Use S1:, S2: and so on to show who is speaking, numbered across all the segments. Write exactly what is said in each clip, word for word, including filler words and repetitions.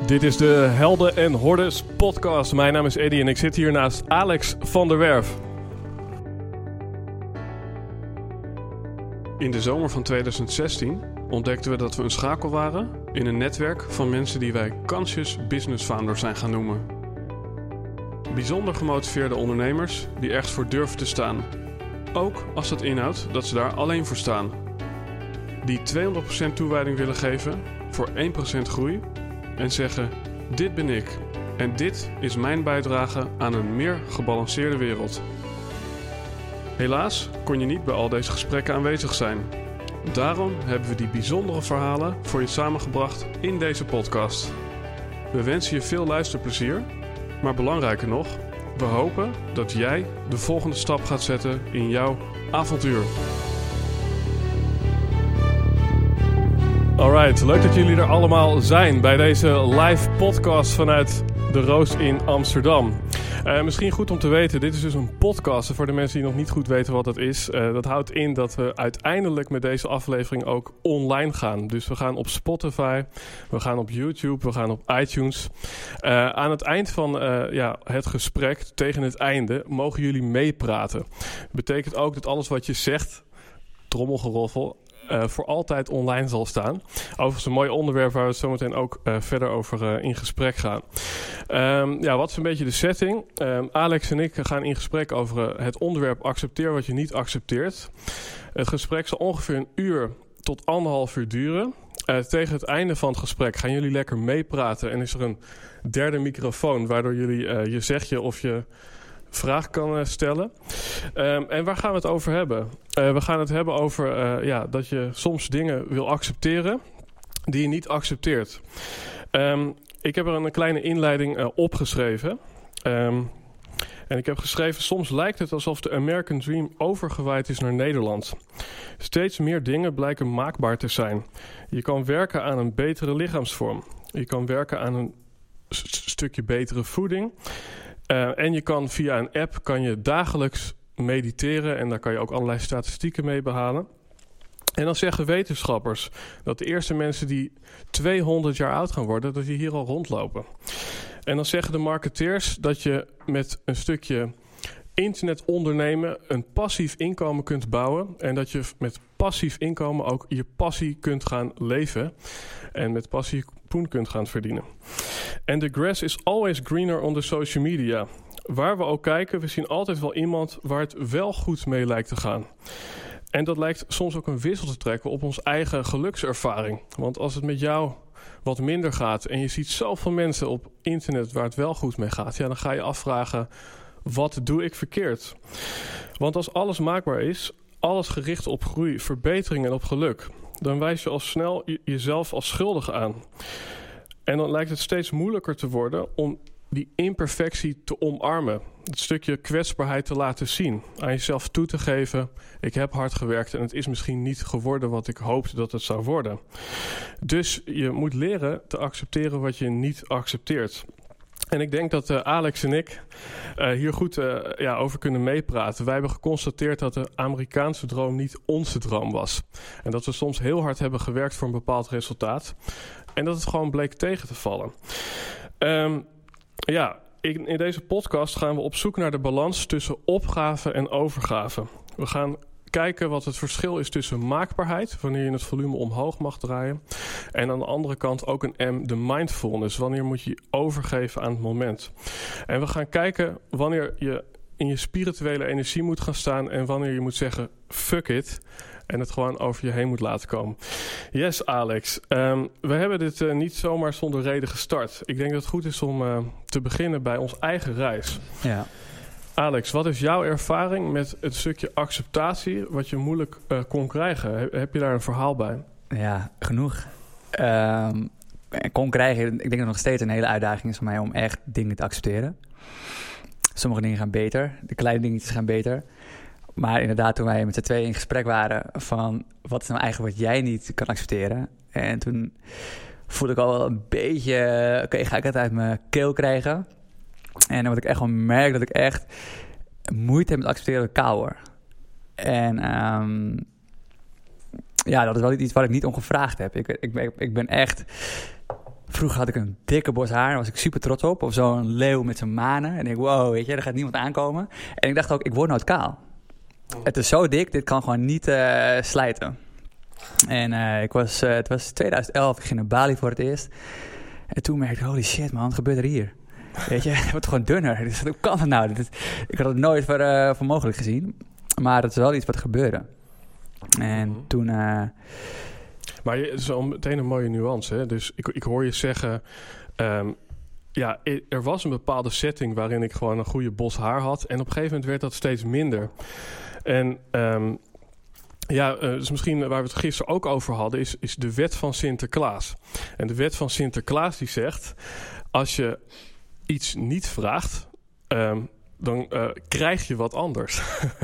S1: Dit is de Helden en Hordes podcast. Mijn naam is Eddie en ik zit hier naast Alex van der Werf. In de zomer van tweeduizend zestien ontdekten we dat we een schakel waren in een netwerk van mensen die wij Conscious Business Founders zijn gaan noemen. Bijzonder gemotiveerde ondernemers die ergens voor durven te staan. Ook als dat inhoudt dat ze daar alleen voor staan. Die tweehonderd procent toewijding willen geven voor één procent groei en zeggen: dit ben ik en dit is mijn bijdrage aan een meer gebalanceerde wereld. Helaas kon je niet bij al deze gesprekken aanwezig zijn. Daarom hebben we die bijzondere verhalen voor je samengebracht in deze podcast. We wensen je veel luisterplezier, maar belangrijker nog, we hopen dat jij de volgende stap gaat zetten in jouw avontuur. Alright, leuk dat jullie er allemaal zijn bij deze live podcast vanuit de Roos in Amsterdam. Uh, misschien goed om te weten, dit is dus een podcast. Voor de mensen die nog niet goed weten wat dat is. Uh, dat houdt in dat we uiteindelijk met deze aflevering ook online gaan. Dus we gaan op Spotify, we gaan op YouTube, we gaan op iTunes. Uh, aan het eind van uh, ja, het gesprek, tegen het einde, mogen jullie meepraten. Dat betekent ook dat alles wat je zegt, trommelgeroffel, Uh, voor altijd online zal staan. Overigens een mooi onderwerp waar we het zometeen ook uh, verder over uh, in gesprek gaan. Um, ja, wat is een beetje de setting? Um, Alex en ik gaan in gesprek over uh, het onderwerp accepteer wat je niet accepteert. Het gesprek zal ongeveer een uur tot anderhalf uur duren. Uh, tegen het einde van het gesprek gaan jullie lekker meepraten en is er een derde microfoon waardoor jullie uh, je zegje of je vraag kan stellen. Um, en waar gaan we het over hebben? Uh, we gaan het hebben over uh, ja, dat je soms dingen wil accepteren die je niet accepteert. Um, ik heb er een kleine inleiding uh, opgeschreven. Um, en ik heb geschreven: soms lijkt het alsof de American Dream overgewaaid is naar Nederland. Steeds meer dingen blijken maakbaar te zijn. Je kan werken aan een betere lichaamsvorm. Je kan werken aan een st- stukje betere voeding. Uh, en je kan via een app kan je dagelijks mediteren en daar kan je ook allerlei statistieken mee behalen. En dan zeggen wetenschappers dat de eerste mensen die tweehonderd jaar oud gaan worden, dat die hier al rondlopen. En dan zeggen de marketeers dat je met een stukje internetondernemen een passief inkomen kunt bouwen en dat je met passief inkomen ook je passie kunt gaan leven en met passie poen kunt gaan verdienen. En the grass is always greener on the social media. Waar we ook kijken, we zien altijd wel iemand waar het wel goed mee lijkt te gaan. En dat lijkt soms ook een wissel te trekken op onze eigen gelukservaring. Want als het met jou wat minder gaat en je ziet zoveel mensen op internet waar het wel goed mee gaat, ja, dan ga je afvragen: wat doe ik verkeerd? Want als alles maakbaar is, alles gericht op groei, verbetering en op geluk, dan wijs je al snel je- jezelf als schuldig aan. En dan lijkt het steeds moeilijker te worden om die imperfectie te omarmen. Het stukje kwetsbaarheid te laten zien. Aan jezelf toe te geven: ik heb hard gewerkt en het is misschien niet geworden wat ik hoopte dat het zou worden. Dus je moet leren te accepteren wat je niet accepteert. En ik denk dat uh, Alex en ik uh, hier goed uh, ja, over kunnen meepraten. Wij hebben geconstateerd dat de Amerikaanse droom niet onze droom was. En dat we soms heel hard hebben gewerkt voor een bepaald resultaat. En dat het gewoon bleek tegen te vallen. Um, ja, in, in deze podcast gaan we op zoek naar de balans tussen opgave en overgave. We gaan kijken wat het verschil is tussen maakbaarheid, wanneer je het volume omhoog mag draaien, en aan de andere kant ook een M, de mindfulness, wanneer moet je je overgeven aan het moment. En we gaan kijken wanneer je in je spirituele energie moet gaan staan en wanneer je moet zeggen fuck it en het gewoon over je heen moet laten komen. Yes, Alex. Um, we hebben dit uh, niet zomaar zonder reden gestart. Ik denk dat het goed is om uh, te beginnen bij ons eigen reis.
S2: Ja.
S1: Alex, wat is jouw ervaring met het stukje acceptatie wat je moeilijk uh, kon krijgen? Heb, heb je daar een verhaal bij?
S2: Ja, genoeg. Um, kon krijgen, ik denk dat het nog steeds een hele uitdaging is voor mij om echt dingen te accepteren. Sommige dingen gaan beter, de kleine dingetjes gaan beter. Maar inderdaad, toen wij met z'n tweeën in gesprek waren van wat is nou eigenlijk wat jij niet kan accepteren. En toen voelde ik al wel een beetje, oké, okay, ga ik het uit mijn keel krijgen? En dan wat ik echt wel merk, dat ik echt moeite heb met accepteren dat ik kaal word. En um, ja, dat is wel iets wat ik niet om gevraagd heb. Ik, ik, ik ben echt vroeger had ik een dikke bos haar, daar was ik super trots op. Of zo'n leeuw met zijn manen. En ik denk, wow, weet je, er gaat niemand aankomen. En ik dacht ook, ik word nooit kaal. Het is zo dik, dit kan gewoon niet uh, slijten. En uh, ik was, uh, het was twintig elf, ik ging naar Bali voor het eerst. En toen merkte ik, holy shit man, wat gebeurt er hier? Weet je, het wordt gewoon dunner. Dus hoe kan het nou? Dit, ik had het nooit voor, uh, voor mogelijk gezien. Maar het is wel iets wat gebeurde. En mm-hmm. toen... Uh,
S1: maar het is al meteen een mooie nuance. Hè? Dus ik, ik hoor je zeggen... Um, ja, er was een bepaalde setting waarin ik gewoon een goede bos haar had. En op een gegeven moment werd dat steeds minder. En... Um, Ja, uh, dus misschien waar we het gisteren ook over hadden... Is, is de wet van Sinterklaas. En de wet van Sinterklaas die zegt... als je iets niet vraagt... Um, dan uh, krijg je wat anders.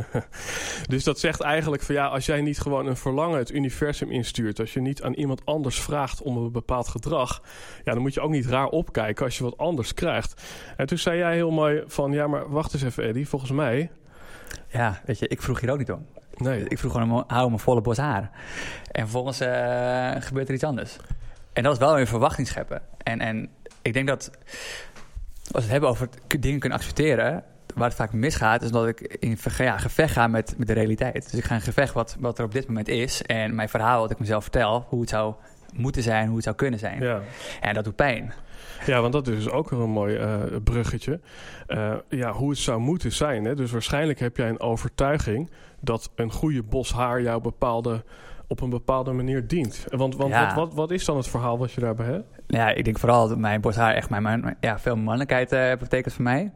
S1: Dus dat zegt eigenlijk van ja... als jij niet gewoon een verlangen het universum instuurt... als je niet aan iemand anders vraagt om een bepaald gedrag... ja, dan moet je ook niet raar opkijken als je wat anders krijgt. En toen zei jij heel mooi van... ja, maar wacht eens even Eddie, volgens mij...
S2: Ja, weet je, ik vroeg hier ook niet om.
S1: Nee.
S2: Ik vroeg gewoon, hou mijn volle bos haar. En vervolgens uh, gebeurt er iets anders. En dat is wel weer verwachting scheppen. En, en ik denk dat, als we het hebben over dingen kunnen accepteren... waar het vaak misgaat, is dat ik in ja, gevecht ga met, met de realiteit. Dus ik ga in gevecht wat, wat er op dit moment is... en mijn verhaal wat ik mezelf vertel, hoe het zou moeten zijn, hoe het zou kunnen zijn.
S1: Ja.
S2: En dat doet pijn.
S1: Ja, want dat is dus ook weer een mooi uh, bruggetje. Uh, ja, hoe het zou moeten zijn. Hè? Dus waarschijnlijk heb jij een overtuiging... dat een goede bos haar jou bepaalde, op een bepaalde manier dient. Want, want
S2: ja.
S1: wat, wat, wat is dan het verhaal wat je daarbij hebt?
S2: Ja, ik denk vooral dat mijn bos haar echt mijn, mijn, ja, veel mannelijkheid uh, betekent voor mij.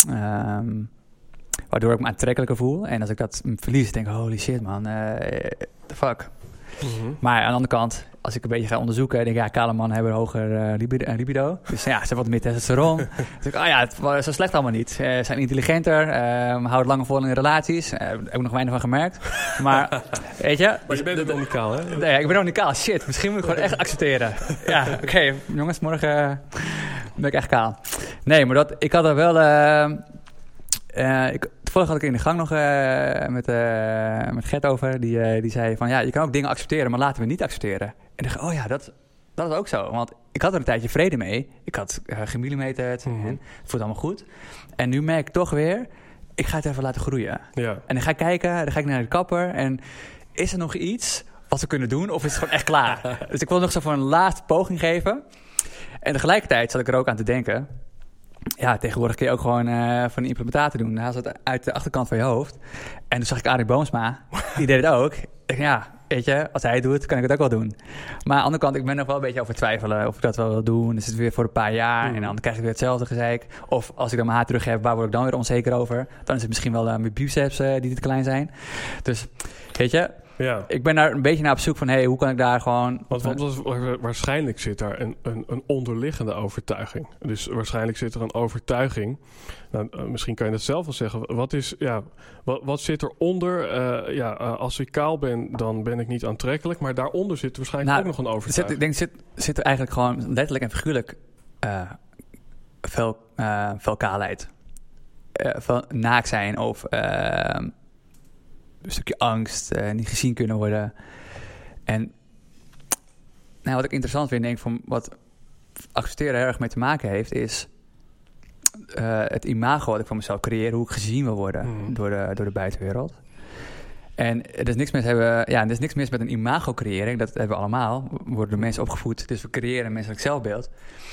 S2: Um, waardoor ik me aantrekkelijker voel. En als ik dat verlies, denk ik, holy shit man, uh, the fuck. Mm-hmm. Maar aan de andere kant, als ik een beetje ga onderzoeken... denk ik, ja, kale mannen hebben een hoger uh, libido, libido. Dus ja, ze hebben wat meer testosteron. Dus ik, oh ja, het was zo slecht allemaal niet. Ze uh, zijn intelligenter, uh, houden langer vol in relaties. Daar uh, heb ik nog weinig van gemerkt. Maar, weet je...
S1: Maar je bent ook nog niet kaal, hè?
S2: Nee, ik ben ook niet kaal. Shit, misschien moet ik gewoon echt accepteren. Ja, oké, okay, jongens, morgen uh, ben ik echt kaal. Nee, maar dat, ik had er wel... Uh, uh, ik, Toevallig had ik in de gang nog uh, met, uh, met Gert over. Die, uh, die zei van, ja, je kan ook dingen accepteren, maar laten we niet accepteren. En ik dacht, oh ja, dat, dat is ook zo. Want ik had er een tijdje vrede mee. Ik had uh, gemillimeterd mm-hmm. en het voelt allemaal goed. En nu merk ik toch weer, ik ga het even laten groeien.
S1: Ja.
S2: En dan ga ik kijken, dan ga ik naar de kapper. En is er nog iets wat we kunnen doen? Of is het gewoon echt klaar? Dus ik wil nog zo voor een laatste poging geven. En tegelijkertijd zat ik er ook aan te denken... Ja, tegenwoordig kun je ook gewoon uh, van een implementator doen. Dan haal ze het uit de achterkant van je hoofd. En toen zag ik Arie Boomsma. Die deed het ook. Ik dacht, ja, weet je, als hij het doet, kan ik het ook wel doen. Maar aan de andere kant, ik ben nog wel een beetje over twijfelen of ik dat wel wil doen. Dan is het weer voor een paar jaar mm. en dan krijg ik weer hetzelfde gezeik. Of als ik dan mijn haar terug heb, waar word ik dan weer onzeker over? Dan is het misschien wel uh, mijn biceps uh, die te klein zijn. Dus, weet je... Ja. Ik ben daar een beetje naar op zoek van... Hey, hoe kan ik daar gewoon...
S1: Want, want waarschijnlijk zit daar een, een, een onderliggende overtuiging. Dus waarschijnlijk zit er een overtuiging... Nou, misschien kan je dat zelf wel zeggen. Wat, is, ja, wat, wat zit eronder? Uh, ja, uh, als ik kaal ben, dan ben ik niet aantrekkelijk. Maar daaronder zit waarschijnlijk nou, ook nog een overtuiging.
S2: Zit, ik denk, zit, zit er eigenlijk gewoon letterlijk en figuurlijk... Uh, veel, uh, veel kaalheid. Uh, veel naakt zijn of... Uh, een stukje angst, uh, niet gezien kunnen worden. En nou, wat ik interessant vind, denk ik, van wat accepteren heel erg mee te maken heeft, is uh, het imago wat ik van mezelf creëer, hoe ik gezien wil worden mm. door, de, door de buitenwereld. En er is niks mis hebben, ja, er is niks mis met een imago creëren. Dat hebben we allemaal. We worden door mensen opgevoed, dus we creëren een menselijk zelfbeeld.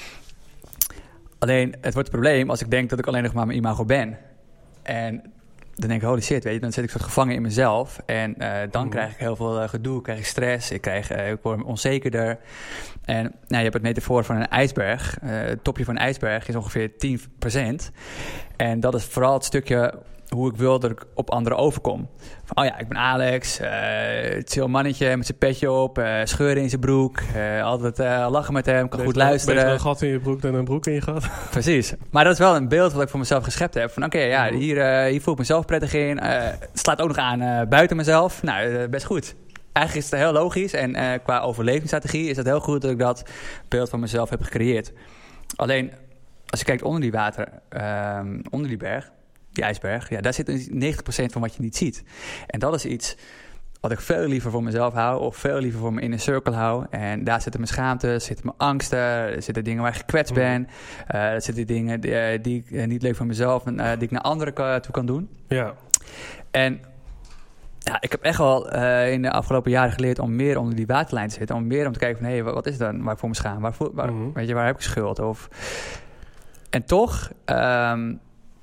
S2: Alleen, het wordt het probleem als ik denk dat ik alleen nog maar mijn imago ben. En dan denk ik, holy shit, weet je, dan zit ik soort gevangen in mezelf. En uh, dan mm. krijg ik heel veel uh, gedoe, krijg ik stress, ik, krijg, uh, ik word onzekerder. En nou, je hebt het metafoor van een ijsberg. Uh, het topje van een ijsberg is ongeveer tien procent. En dat is vooral het stukje hoe ik wil dat ik op anderen overkom. Van, oh ja, ik ben Alex, uh, chill mannetje met zijn petje op, uh, scheuren in zijn broek, uh, altijd uh, lachen met hem, kan Wees goed dan, luisteren.
S1: Een gat in je broek en een broek in je gat.
S2: Precies. Maar dat is wel een beeld wat ik voor mezelf geschept heb. Van oké, okay, ja, hier, uh, hier voel ik mezelf prettig in. Uh, het slaat ook nog aan uh, buiten mezelf. Nou, uh, best goed. Eigenlijk is het heel logisch en uh, qua overlevingsstrategie is het heel goed dat ik dat beeld van mezelf heb gecreëerd. Alleen, als je kijkt onder die water, uh, onder die berg, die ijsberg, ja, daar zit negentig procent van wat je niet ziet. En dat is iets wat ik veel liever voor mezelf hou of veel liever voor mijn inner circle hou. En daar zitten mijn schaamte, zitten mijn angsten, er zitten dingen waar ik gekwetst ben. Uh, er zitten dingen die, uh, die ik uh, niet leuk voor mezelf en uh, die ik naar anderen uh, toe kan doen.
S1: Ja.
S2: En ja, ik heb echt wel uh, in de afgelopen jaren geleerd om meer onder die waterlijn te zitten. Om meer om te kijken van, hé, hey, wat is het dan waar ik voor me schaam? Waar, waar, mm-hmm. weet je, waar heb ik schuld? Of... En toch... Um,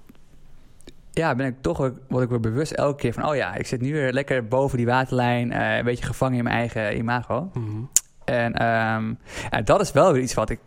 S2: Ja, ben ik toch word ik weer bewust elke keer van... oh ja, ik zit nu weer lekker boven die waterlijn... Uh, een beetje gevangen in mijn eigen imago.
S1: Mm-hmm.
S2: En um, ja, dat is wel weer iets wat ik...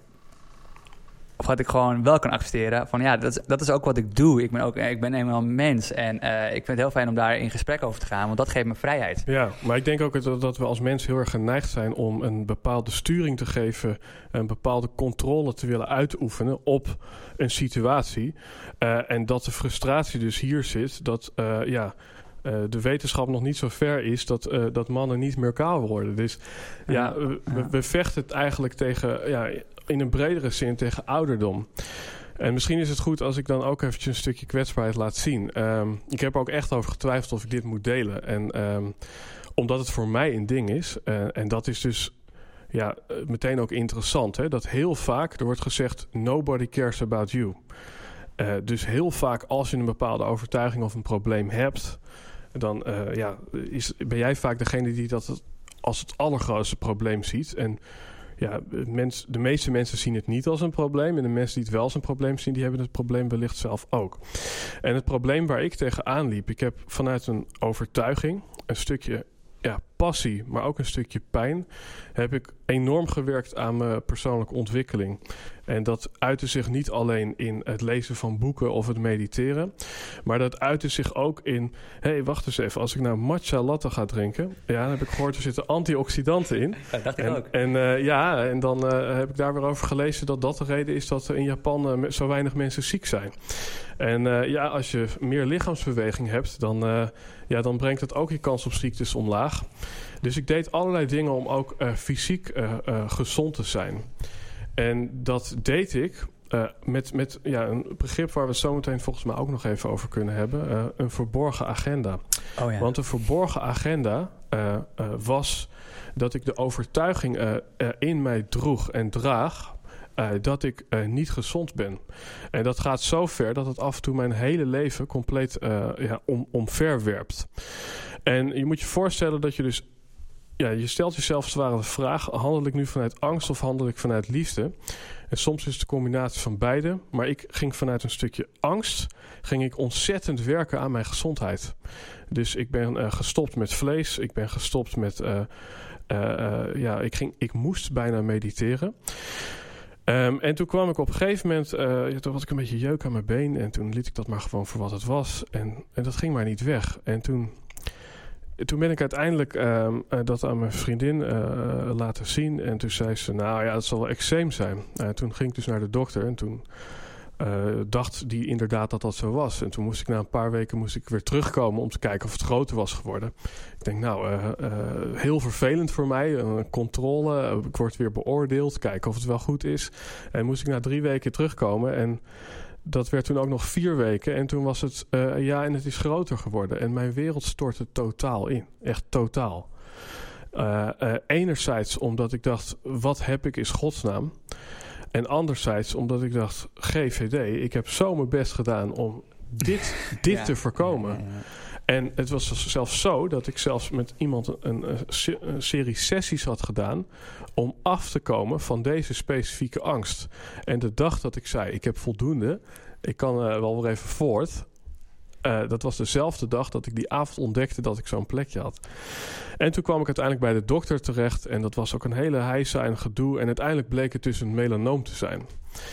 S2: of wat ik gewoon wel kan accepteren. Van ja, dat is, dat is ook wat ik doe. Ik ben, ook, ik ben eenmaal een mens. En uh, ik vind het heel fijn om daar in gesprek over te gaan... want dat geeft me vrijheid.
S1: Ja, maar ik denk ook dat, dat we als mensen heel erg geneigd zijn... om een bepaalde sturing te geven... een bepaalde controle te willen uitoefenen op een situatie... Uh, en dat de frustratie dus hier zit, dat uh, ja, uh, de wetenschap nog niet zo ver is dat, uh, dat mannen niet meer kaal worden. Dus ja, ja, we, we vechten het eigenlijk tegen, ja, in een bredere zin tegen ouderdom. En misschien is het goed als ik dan ook eventjes een stukje kwetsbaarheid laat zien. Um, ik heb er ook echt over getwijfeld of ik dit moet delen. En um, omdat het voor mij een ding is, uh, en dat is dus... Ja, meteen ook interessant, hè, dat heel vaak, er wordt gezegd... nobody cares about you. Uh, dus heel vaak als je een bepaalde overtuiging of een probleem hebt... dan uh, ja, is, ben jij vaak degene die dat als het allergrootste probleem ziet. En ja, mens, de meeste mensen zien het niet als een probleem... en de mensen die het wel als een probleem zien... die hebben het probleem wellicht zelf ook. En het probleem waar ik tegenaan liep... ik heb vanuit een overtuiging een stukje... ja, passie, maar ook een stukje pijn... heb ik enorm gewerkt aan mijn persoonlijke ontwikkeling. En dat uitte zich niet alleen in het lezen van boeken of het mediteren... maar dat uitte zich ook in... hé, hey, wacht eens even, als ik nou matcha latte ga drinken... ja, dan heb ik gehoord, er zitten antioxidanten in.
S2: Ja, dacht ik
S1: en,
S2: ook.
S1: En uh, ja, en dan uh, heb ik daar weer over gelezen... dat dat de reden is dat in Japan uh, zo weinig mensen ziek zijn. En uh, ja, als je meer lichaamsbeweging hebt... dan, uh, ja, dan brengt het ook je kans op ziektes omlaag... Dus ik deed allerlei dingen om ook uh, fysiek uh, uh, gezond te zijn. En dat deed ik uh, met, met ja, een begrip waar we het zometeen volgens mij ook nog even over kunnen hebben. Uh, een verborgen agenda.
S2: Oh ja.
S1: Want een verborgen agenda uh, uh, was dat ik de overtuiging uh, uh, in mij droeg en draag... Uh, dat ik uh, niet gezond ben. En dat gaat zo ver dat het af en toe mijn hele leven compleet uh, ja, om, omverwerpt. En je moet je voorstellen dat je dus... Ja, je stelt jezelf als het ware de vraag... handel ik nu vanuit angst of handel ik vanuit liefde? En soms is het de combinatie van beide. Maar ik ging vanuit een stukje angst... ging ik ontzettend werken aan mijn gezondheid. Dus ik ben uh, gestopt met vlees. Ik ben gestopt met... Uh, uh, uh, ja, ik, ging, ik moest bijna mediteren... Um, en toen kwam ik op een gegeven moment... Uh, ja, toen had ik een beetje jeuk aan mijn been... en toen liet ik dat maar gewoon voor wat het was. En, en dat ging maar niet weg. En toen, toen ben ik uiteindelijk um, uh, dat aan mijn vriendin uh, laten zien. En toen zei ze, nou ja, het zal wel eczeem zijn. Uh, toen ging ik dus naar de dokter en toen... Uh, dacht die inderdaad dat dat zo was. En toen moest ik na een paar weken moest ik weer terugkomen... om te kijken of het groter was geworden. Ik denk, nou, uh, uh, heel vervelend voor mij. Een controle, uh, ik word weer beoordeeld. Kijken of het wel goed is. En moest ik na drie weken terugkomen. En dat werd toen ook nog vier weken. En toen was het, uh, ja, en het is groter geworden. En mijn wereld stortte totaal in. Echt totaal. Uh, uh, enerzijds omdat ik dacht, wat heb ik is godsnaam... En anderzijds, omdat ik dacht, G V D, ik heb zo mijn best gedaan om dit, dit ja. te voorkomen. Ja, ja, ja. En het was zelfs zo dat ik zelfs met iemand een, een, een serie sessies had gedaan... om af te komen van deze specifieke angst. En de dag dat ik zei, ik heb voldoende, ik kan uh, wel weer even voort... Uh, dat was dezelfde dag dat ik die avond ontdekte dat ik zo'n plekje had. En toen kwam ik uiteindelijk bij de dokter terecht... en dat was ook een hele heisa en gedoe... en uiteindelijk bleek het dus een melanoom te zijn.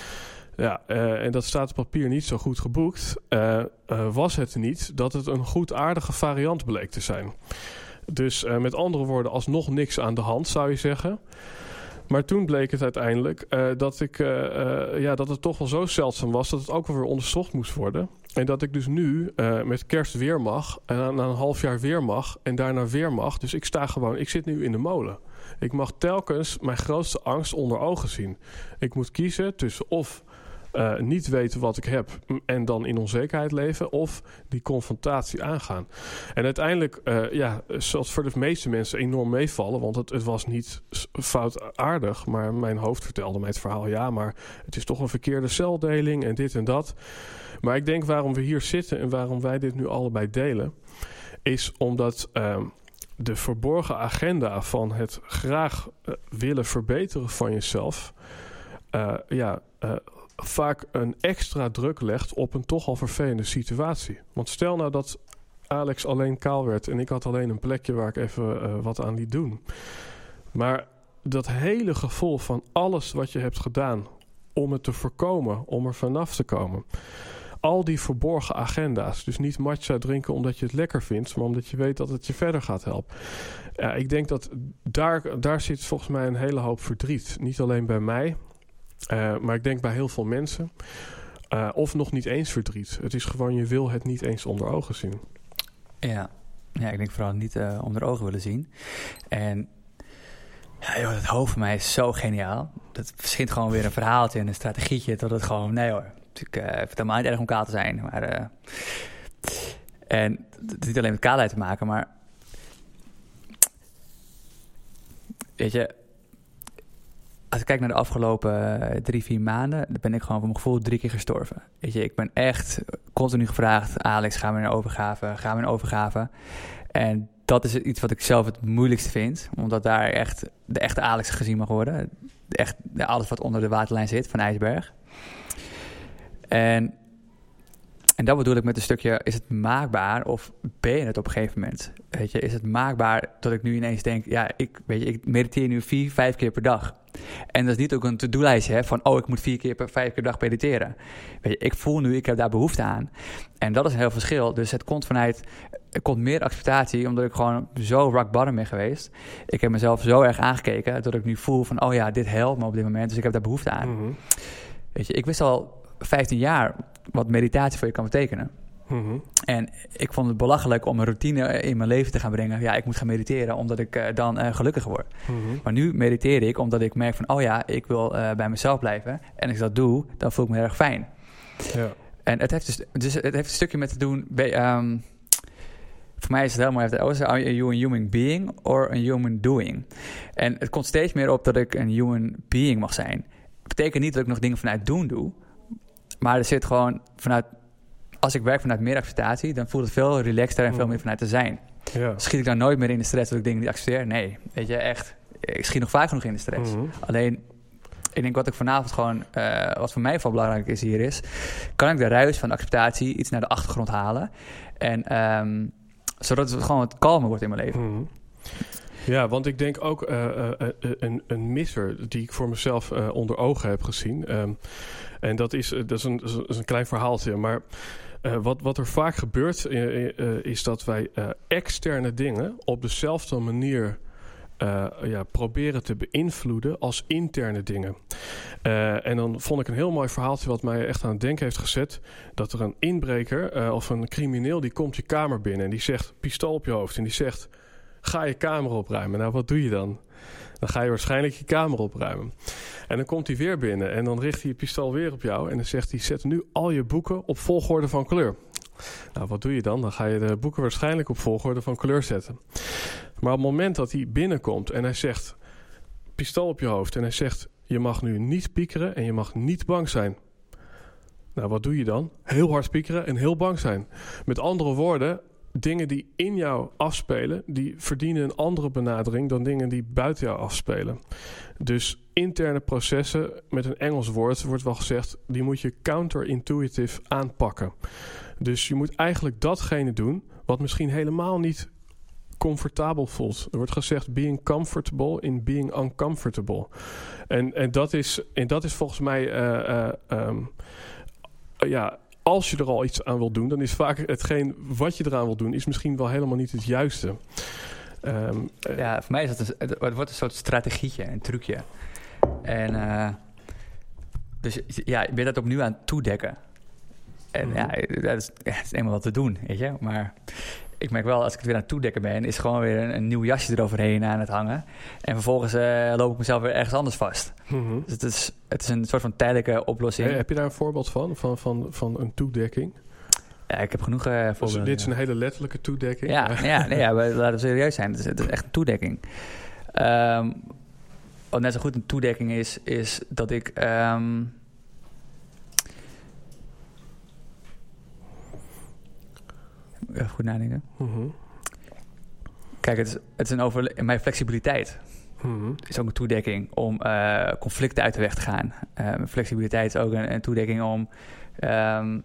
S1: Ja, uh, en dat staat op papier niet zo goed geboekt. Uh, uh, was het niet dat het een goedaardige variant bleek te zijn. Dus uh, met andere woorden, alsnog niks aan de hand, zou je zeggen... Maar toen bleek het uiteindelijk uh, dat, ik, uh, uh, ja, dat het toch wel zo zeldzaam was... dat het ook wel weer onderzocht moest worden. En dat ik dus nu uh, met kerst weer mag... en na een half jaar weer mag en daarna weer mag. Dus ik sta gewoon, ik zit nu in de molen. Ik mag telkens mijn grootste angst onder ogen zien. Ik moet kiezen tussen of uh, niet weten wat ik heb en dan in onzekerheid leven, of die confrontatie aangaan. En uiteindelijk, uh, ja, zal het voor de meeste mensen enorm meevallen, want het, het was niet foutaardig, maar mijn hoofd vertelde mij het verhaal, ja, maar het is toch een verkeerde celdeling en dit en dat. Maar ik denk waarom we hier zitten en waarom wij dit nu allebei delen, is omdat uh, de verborgen agenda van het graag uh, willen verbeteren van jezelf, uh, ja, uh, vaak een extra druk legt op een toch al vervelende situatie. Want stel nou dat Alex alleen kaal werd en ik had alleen een plekje waar ik even uh, wat aan liet doen. Maar dat hele gevoel van alles wat je hebt gedaan om het te voorkomen, om er vanaf te komen. Al die verborgen agenda's. Dus niet matcha drinken omdat je het lekker vindt, maar omdat je weet dat het je verder gaat helpen. Ja, ik denk dat daar, daar zit volgens mij een hele hoop verdriet. Niet alleen bij mij, uh, maar ik denk bij heel veel mensen. Uh, of nog niet eens verdriet. Het is gewoon, je wil het niet eens onder ogen zien.
S2: Ja, ja ik denk vooral niet uh, onder ogen willen zien. En ja, joh, het hoofd van mij is zo geniaal. Dat verschilt gewoon weer een verhaaltje en een strategietje tot het gewoon, nee hoor. Ik uh, vind het helemaal niet erg om kaal te zijn. Maar, uh, en het is niet alleen met kaalheid te maken, maar weet je, als ik kijk naar de afgelopen uh, drie, vier maanden, dan ben ik gewoon voor mijn gevoel drie keer gestorven. Weet je, ik ben echt continu gevraagd, Alex, gaan we in een overgave? Gaan we in een overgave? En dat is iets wat ik zelf het moeilijkste vind, omdat daar echt de echte Alex gezien mag worden. Echt alles wat onder de waterlijn zit van IJsberg. En, en dat bedoel ik met een stukje, is het maakbaar of ben je het op een gegeven moment? Weet je, is het maakbaar dat ik nu ineens denk, ja, ik, weet je, ik mediteer nu vier, vijf keer per dag. En dat is niet ook een to-do-lijstje hè, van, oh, ik moet vier keer per vijf keer per dag mediteren. Weet je, ik voel nu, ik heb daar behoefte aan. En dat is een heel verschil. Dus het komt vanuit, er komt meer acceptatie, omdat ik gewoon zo rock bottom ben geweest. Ik heb mezelf zo erg aangekeken, dat ik nu voel van, oh ja, dit helpt me op dit moment, dus ik heb daar behoefte aan. Mm-hmm. Weet je, ik wist al vijftien jaar wat meditatie voor je kan betekenen. Mm-hmm. En ik vond het belachelijk om een routine in mijn leven te gaan brengen. Ja, ik moet gaan mediteren omdat ik uh, dan uh, gelukkiger word. Mm-hmm. Maar nu mediteer ik omdat ik merk van, oh ja, ik wil uh, bij mezelf blijven. En als ik dat doe, dan voel ik me erg fijn. Ja. En het heeft dus, dus het heeft een stukje met te doen bij, um, voor mij is het heel mooi. Are you a human being or a human doing? En het komt steeds meer op dat ik een human being mag zijn. Dat betekent niet dat ik nog dingen vanuit doen doe. Maar er zit gewoon vanuit, als ik werk vanuit meer acceptatie, dan voelt het veel relaxter en veel meer vanuit te zijn. Ja. Schiet ik dan nooit meer in de stress dat ik dingen niet accepteer? Nee, weet je, echt. Ik schiet nog vaak genoeg in de stress. Mm-hmm. Alleen, ik denk wat ik vanavond gewoon, uh, wat voor mij van belangrijk is hier is, kan ik de ruis van acceptatie iets naar de achtergrond halen. En um, zodat het gewoon wat kalmer wordt in mijn leven.
S1: Mm-hmm. Ja, want ik denk ook uh, uh, uh, een, een misser die ik voor mezelf uh, onder ogen heb gezien. Um, en dat is, uh, dat, is een, dat is een klein verhaaltje. Maar uh, wat, wat er vaak gebeurt uh, uh, is dat wij uh, externe dingen op dezelfde manier uh, ja, proberen te beïnvloeden als interne dingen. Uh, en dan vond ik een heel mooi verhaaltje wat mij echt aan het denken heeft gezet. Dat er een inbreker uh, of een crimineel die komt je kamer binnen en die zegt, pistool op je hoofd. En die zegt, ga je kamer opruimen. Nou, wat doe je dan? Dan ga je waarschijnlijk je kamer opruimen. En dan komt hij weer binnen en dan richt hij je pistool weer op jou. En dan zegt hij, zet nu al je boeken op volgorde van kleur. Nou, wat doe je dan? Dan ga je de boeken waarschijnlijk op volgorde van kleur zetten. Maar op het moment dat hij binnenkomt en hij zegt, pistool op je hoofd. En hij zegt, je mag nu niet piekeren en je mag niet bang zijn. Nou, wat doe je dan? Heel hard piekeren en heel bang zijn. Met andere woorden, dingen die in jou afspelen, die verdienen een andere benadering dan dingen die buiten jou afspelen. Dus interne processen, met een Engels woord wordt wel gezegd, die moet je counterintuitive aanpakken. Dus je moet eigenlijk datgene doen wat misschien helemaal niet comfortabel voelt. Er wordt gezegd being comfortable in being uncomfortable. En, en, dat, is, en dat is volgens mij uh, uh, um, uh, ja, als je er al iets aan wil doen, dan is vaak hetgeen wat je eraan wil doen, is misschien wel helemaal niet het juiste. Um,
S2: ja, voor mij is het, een, het wordt een soort strategietje, een trucje. En uh, dus ja, je bent dat opnieuw aan het toedekken. En mm-hmm. ja, dat is, ja, dat is eenmaal wat te doen, weet je. Maar ik merk wel, als ik het weer aan het toedekken ben, is gewoon weer een, een nieuw jasje eroverheen aan het hangen. En vervolgens uh, loop ik mezelf weer ergens anders vast. Mm-hmm. Dus het is, het is een soort van tijdelijke oplossing.
S1: Hey, heb je daar een voorbeeld van, van, van, van een toedekking?
S2: Ja, ik heb genoeg uh, voorbeelden.
S1: Dus dit is een hele letterlijke toedekking?
S2: Ja, ja, nee, ja, we, laten we serieus zijn. Het is, het is echt een toedekking. Um, wat net zo goed een toedekking is, is dat ik... Um, even goed nadenken. Mm-hmm. Kijk, het is, het is een over mijn flexibiliteit. Mm-hmm. Het is ook een toedekking om uh, conflicten uit de weg te gaan. Uh, mijn flexibiliteit is ook een, een toedekking om... Um,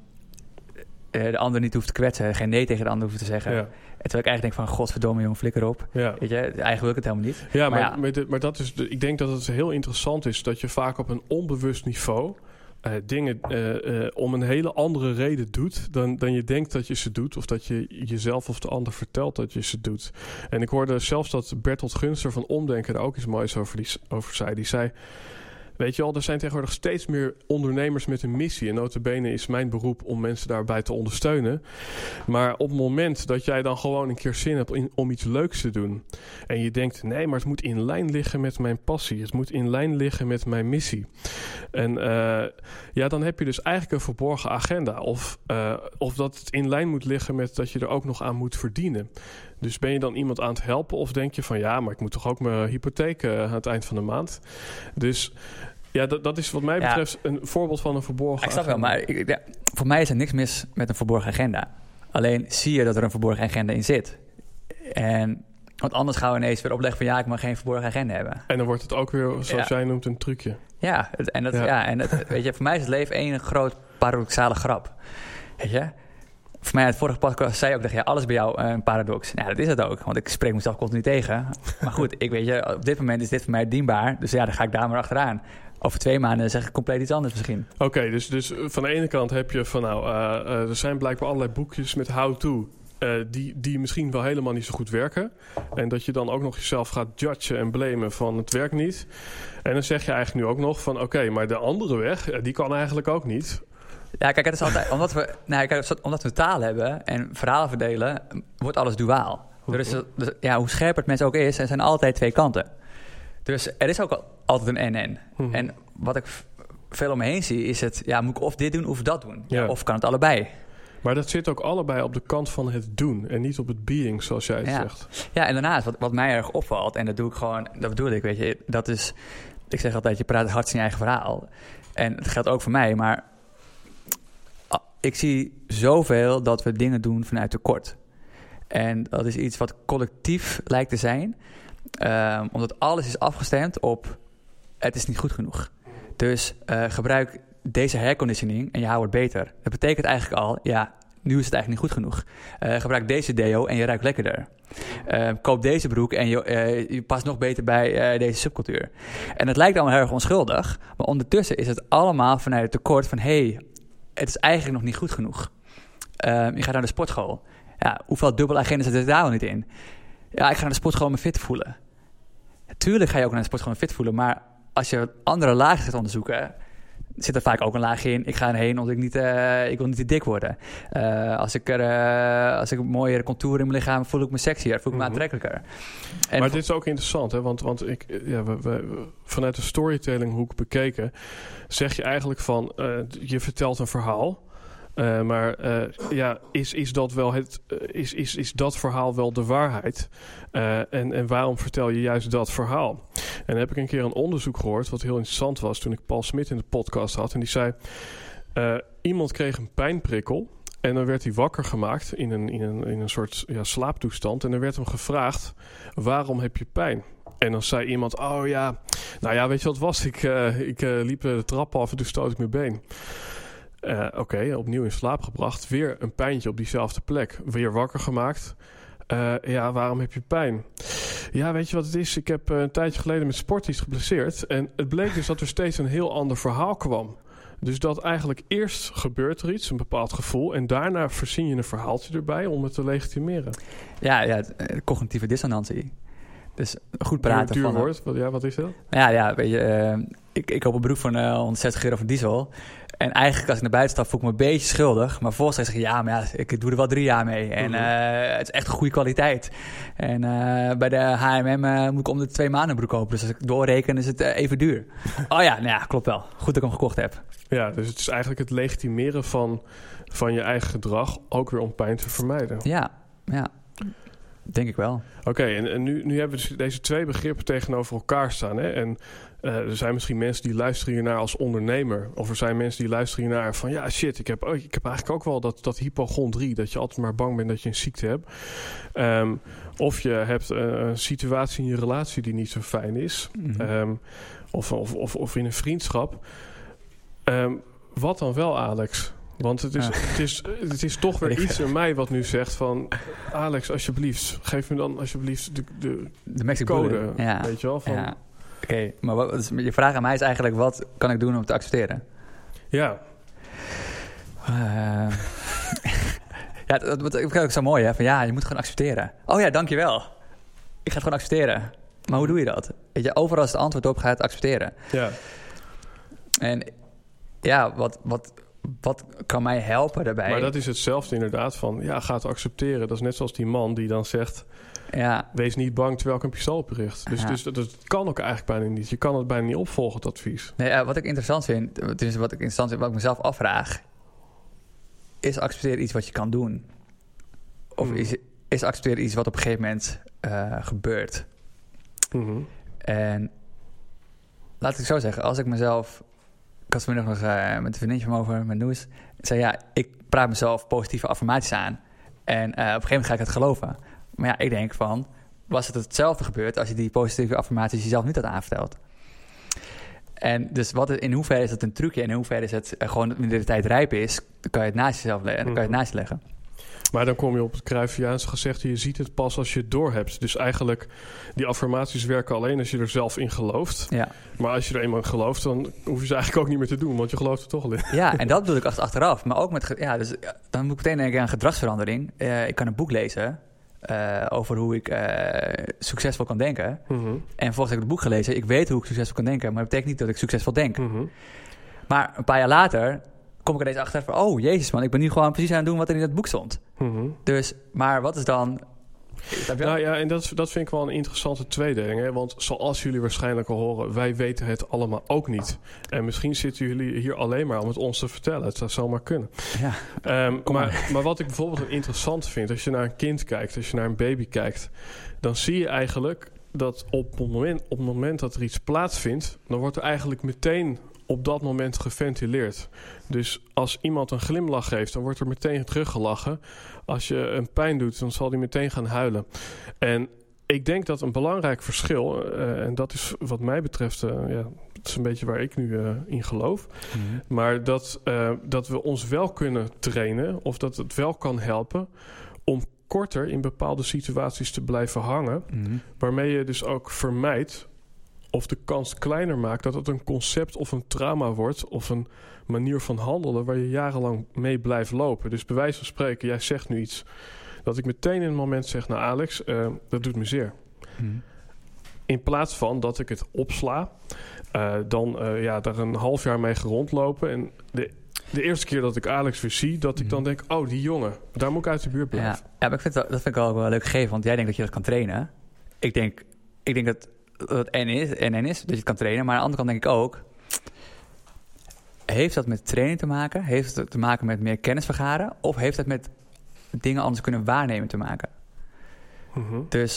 S2: de ander niet hoeft te kwetsen, geen nee tegen de ander hoeft te zeggen. Ja. En terwijl ik eigenlijk denk van, godverdomme jongen, flikker op. Ja. Weet je, eigenlijk wil ik het helemaal niet.
S1: Ja, maar, maar, ja. maar, de, maar dat is, de, ik denk dat het heel interessant is dat je vaak op een onbewust niveau uh, dingen uh, uh, om een hele andere reden doet dan, dan je denkt dat je ze doet, of dat je jezelf of de ander vertelt dat je ze doet. En ik hoorde zelfs dat Bertolt Gunster van Omdenken er ook iets moois over, die, over zei. Die zei... Weet je al, er zijn tegenwoordig steeds meer ondernemers met een missie. En nota bene is mijn beroep om mensen daarbij te ondersteunen. Maar op het moment dat jij dan gewoon een keer zin hebt in, om iets leuks te doen. En je denkt, nee, maar het moet in lijn liggen met mijn passie. Het moet in lijn liggen met mijn missie. En uh, ja, dan heb je dus eigenlijk een verborgen agenda. Of, uh, of dat het in lijn moet liggen met dat je er ook nog aan moet verdienen. Dus ben je dan iemand aan het helpen of denk je van... ja, maar ik moet toch ook mijn hypotheek uh, aan het eind van de maand. Dus ja, dat, dat is wat mij betreft ja. een voorbeeld van een verborgen
S2: ik snap
S1: agenda.
S2: wel, maar ik, ja, voor mij is er niks mis met een verborgen agenda. Alleen zie je dat er een verborgen agenda in zit. En, want anders gaan we ineens weer opleggen van... ja, ik mag geen verborgen agenda hebben.
S1: En dan wordt het ook weer, zoals ja. jij noemt, een trucje.
S2: Ja, en, dat, ja. Ja, en dat, weet je, voor mij is het leven één groot paradoxale grap. Weet je? Voor mij in het vorige podcast zei je ook dat ja, alles bij jou een paradox. Nou, dat is het ook, want ik spreek mezelf continu tegen. Maar goed, ik weet je, op dit moment is dit voor mij dienbaar. Dus ja, dan ga ik daar maar achteraan. Over twee maanden zeg ik compleet iets anders misschien.
S1: Oké, okay, dus, dus van de ene kant heb je van nou, uh, uh, er zijn blijkbaar allerlei boekjes met how-to. Uh, die, die misschien wel helemaal niet zo goed werken. En dat je dan ook nog jezelf gaat judgen en blamen van het werkt niet. En dan zeg je eigenlijk nu ook nog van oké, okay, maar de andere weg, die kan eigenlijk ook niet.
S2: Ja, kijk, het is altijd, omdat, we, nou, kijk, omdat we taal hebben en verhalen verdelen, wordt alles duaal. Dus, dus ja, hoe scherp het mens ook is, er zijn altijd twee kanten. Dus er is ook altijd een en-en. Mm-hmm. En wat ik veel om me heen zie, is het, ja, moet ik of dit doen of dat doen? Ja. Ja, of kan het allebei?
S1: Maar dat zit ook allebei op de kant van het doen en niet op het being, zoals jij het
S2: ja.
S1: zegt.
S2: Ja, en daarnaast, wat, wat mij erg opvalt, en dat doe ik gewoon, dat bedoel ik, weet je, dat is, ik zeg altijd, je praat hard in je eigen verhaal. En het geldt ook voor mij, maar ik zie zoveel dat we dingen doen vanuit tekort. En dat is iets wat collectief lijkt te zijn. Um, omdat alles is afgestemd op... het is niet goed genoeg. Dus uh, gebruik deze hairconditioning en je houdt het beter. Dat betekent eigenlijk al... ja, nu is het eigenlijk niet goed genoeg. Uh, gebruik deze deo en je ruikt lekkerder. Uh, koop deze broek en je, uh, je past nog beter bij uh, deze subcultuur. En het lijkt allemaal heel erg onschuldig. Maar ondertussen is het allemaal vanuit het tekort van... hey, het is eigenlijk nog niet goed genoeg. Uh, je gaat naar de sportschool. Ja, hoeveel dubbele agendas zit er daar al niet in? Ja, ik ga naar de sportschool om me fit te voelen. Tuurlijk ga je ook naar de sportschool om me fit te voelen. Maar als je andere lagen gaat onderzoeken... zit er vaak ook een laagje in. Ik ga erheen omdat ik niet, uh, ik wil niet te dik worden. Uh, als, ik er, uh, als ik een mooiere contour in mijn lichaam... voel ik me sexier, voel ik me mm-hmm. aantrekkelijker.
S1: En maar vo- dit is ook interessant, hè? Want, want ik, ja, we, we, vanuit de storytellinghoek bekeken... zeg je eigenlijk van... Uh, je vertelt een verhaal... Uh, maar uh, ja, is, is, dat wel het, uh, is, is, is dat verhaal wel de waarheid? Uh, en, en waarom vertel je juist dat verhaal? En dan heb ik een keer een onderzoek gehoord... wat heel interessant was toen ik Paul Smit in de podcast had. En die zei... Uh, iemand kreeg een pijnprikkel... en dan werd hij wakker gemaakt in een, in een, in een soort ja, slaaptoestand... en dan werd hem gevraagd... waarom heb je pijn? En dan zei iemand... oh ja, nou ja, weet je wat het was? Ik, uh, ik uh, liep de trap af en toen stoot ik mijn been... Uh, Oké, okay, opnieuw in slaap gebracht. Weer een pijntje op diezelfde plek. Weer wakker gemaakt. Uh, ja, waarom heb je pijn? Ja, weet je wat het is? Ik heb uh, een tijdje geleden met sport iets geblesseerd. En het bleek dus dat er steeds een heel ander verhaal kwam. Dus dat eigenlijk eerst gebeurt er iets, een bepaald gevoel... en daarna verzin je een verhaaltje erbij om het te legitimeren.
S2: Ja, ja cognitieve dissonantie. Dus goed praten.
S1: Duur, duur
S2: van...
S1: woord, wat, ja, wat is dat?
S2: Ja, ja weet je, uh, ik, ik koop een broek van uh, honderdzestig euro van diesel... En eigenlijk als ik naar buiten stap voel ik me een beetje schuldig. Maar volgens zeg ik, ja, maar ja, ik doe er wel drie jaar mee. En
S1: Mm-hmm.
S2: uh, het is echt een goede kwaliteit. En uh, bij de H en M uh, moet ik om de twee maanden broek kopen. Dus als ik doorreken is het uh, even duur. Oh ja, nou ja, klopt wel. Goed dat ik hem gekocht heb.
S1: Ja, dus het is eigenlijk het legitimeren van, van je eigen gedrag ook weer om pijn te vermijden.
S2: Ja, ja. Denk ik wel.
S1: Oké, okay, en, en nu, nu hebben we dus deze twee begrippen tegenover elkaar staan. Hè? En uh, er zijn misschien mensen die luisteren hiernaar als ondernemer. Of er zijn mensen die luisteren hiernaar van... ja, shit, ik heb, oh, ik heb eigenlijk ook wel dat, dat hypochondrie. Dat je altijd maar bang bent dat je een ziekte hebt. Um, of je hebt uh, een situatie in je relatie die niet zo fijn is. Mm-hmm. Um, of, of, of, of in een vriendschap. Um, wat dan wel, Alex? Want het is, ja. het, is, het is toch weer iets in mij wat nu zegt van... Alex, alsjeblieft, geef me dan alsjeblieft de, de,
S2: de
S1: code.
S2: Ja.
S1: Weet je wel? Van...
S2: Ja. Oké, okay, maar wat, dus je vraag aan mij is eigenlijk... wat kan ik doen om te accepteren?
S1: Ja.
S2: Uh, ja, dat, dat vind ik ook zo mooi, hè? Van ja, je moet gewoon accepteren. Oh ja, dankjewel. Ik ga het gewoon accepteren. Maar hoe doe je dat? Weet je, overal als het antwoord op gaat accepteren.
S1: Ja.
S2: En ja, wat... wat Wat kan mij helpen daarbij?
S1: Maar dat is hetzelfde inderdaad van... ja, ga het accepteren. Dat is net zoals die man die dan zegt...
S2: ja.
S1: wees niet bang terwijl ik een pistool op je richt. Dus, dus dat, dat kan ook eigenlijk bijna niet. Je kan het bijna niet opvolgen, het advies.
S2: Nee, uh, wat ik interessant vind... Dus wat ik interessant vind, wat ik mezelf afvraag... is accepteren iets wat je kan doen? Of mm. is, is accepteren iets wat op een gegeven moment uh, gebeurt?
S1: Mm-hmm.
S2: En laat ik zo zeggen... als ik mezelf... Ik had vanmiddag nog uh, met een vriendje van me over, met Noes. Ik zei, ja, ik praat mezelf positieve affirmaties aan. En uh, op een gegeven moment ga ik het geloven. Maar ja, ik denk van, was het hetzelfde gebeurd... als je die positieve affirmaties jezelf niet had aanverteld? En dus wat, in hoeverre is het een trucje... en in hoeverre is het uh, gewoon wanneer de tijd rijp is... dan kan je het naast jezelf leggen. Dan kan je het naast je leggen.
S1: Maar dan kom je op het Cruyffiaanse gezegde... je ziet het pas als je het doorhebt. Dus eigenlijk, die affirmaties werken alleen als je er zelf in gelooft.
S2: Ja.
S1: Maar als je er eenmaal in gelooft... dan hoef je ze eigenlijk ook niet meer te doen... want je gelooft er toch al in.
S2: Ja, en dat bedoel ik achteraf. Maar ook met... Ja, dus dan moet ik meteen denken aan gedragsverandering. Uh, ik kan een boek lezen... Uh, over hoe ik uh, succesvol kan denken.
S1: Mm-hmm.
S2: En volgens heb ik het boek gelezen... ik weet hoe ik succesvol kan denken... maar dat betekent niet dat ik succesvol denk.
S1: Mm-hmm. Maar
S2: een paar jaar later... kom ik er eens achter van... oh, jezus man, ik ben nu gewoon precies aan het doen wat er in dat boek stond.
S1: Mm-hmm.
S2: Dus, maar wat is dan...
S1: Nou ja, en dat, dat vind ik wel een interessante tweedeling. Hè? Want zoals jullie waarschijnlijk al horen... wij weten het allemaal ook niet. En misschien zitten jullie hier alleen maar om het ons te vertellen. Het zou zomaar kunnen.
S2: Ja,
S1: um, maar, maar. maar wat ik bijvoorbeeld een interessant vind... als je naar een kind kijkt, als je naar een baby kijkt... dan zie je eigenlijk dat op het moment, op het moment dat er iets plaatsvindt... dan wordt er eigenlijk meteen... op dat moment geventileerd. Dus als iemand een glimlach geeft... dan wordt er meteen teruggelachen. Als je een pijn doet, dan zal hij meteen gaan huilen. En ik denk dat een belangrijk verschil... Uh, en dat is wat mij betreft... Uh, ja, dat is een beetje waar ik nu uh, in geloof... Mm-hmm. maar dat, uh, dat we ons wel kunnen trainen... of dat het wel kan helpen... om korter in bepaalde situaties te blijven hangen...
S2: Mm-hmm.
S1: waarmee je dus ook vermijdt... of de kans kleiner maakt dat het een concept of een trauma wordt... of een manier van handelen waar je jarenlang mee blijft lopen. Dus bij wijze van spreken, jij zegt nu iets... dat ik meteen in een moment zeg, nou Alex, uh, dat doet me zeer.
S2: Hmm.
S1: In plaats van dat ik het opsla... Uh, dan uh, ja, daar een half jaar mee rondlopen... en de, de eerste keer dat ik Alex weer zie... dat ik dan denk, oh die jongen, daar moet ik uit de buurt blijven.
S2: Ja, ja maar ik vind dat, dat vind ik wel, wel leuk gegeven... want jij denkt dat je dat kan trainen. Ik denk, ik denk dat... dat het en is, en en is, dat je het kan trainen. Maar aan de andere kant denk ik ook... heeft dat met training te maken? Heeft het te maken met meer kennis vergaren? Of heeft het met dingen anders kunnen waarnemen te maken?
S1: Mm-hmm.
S2: Dus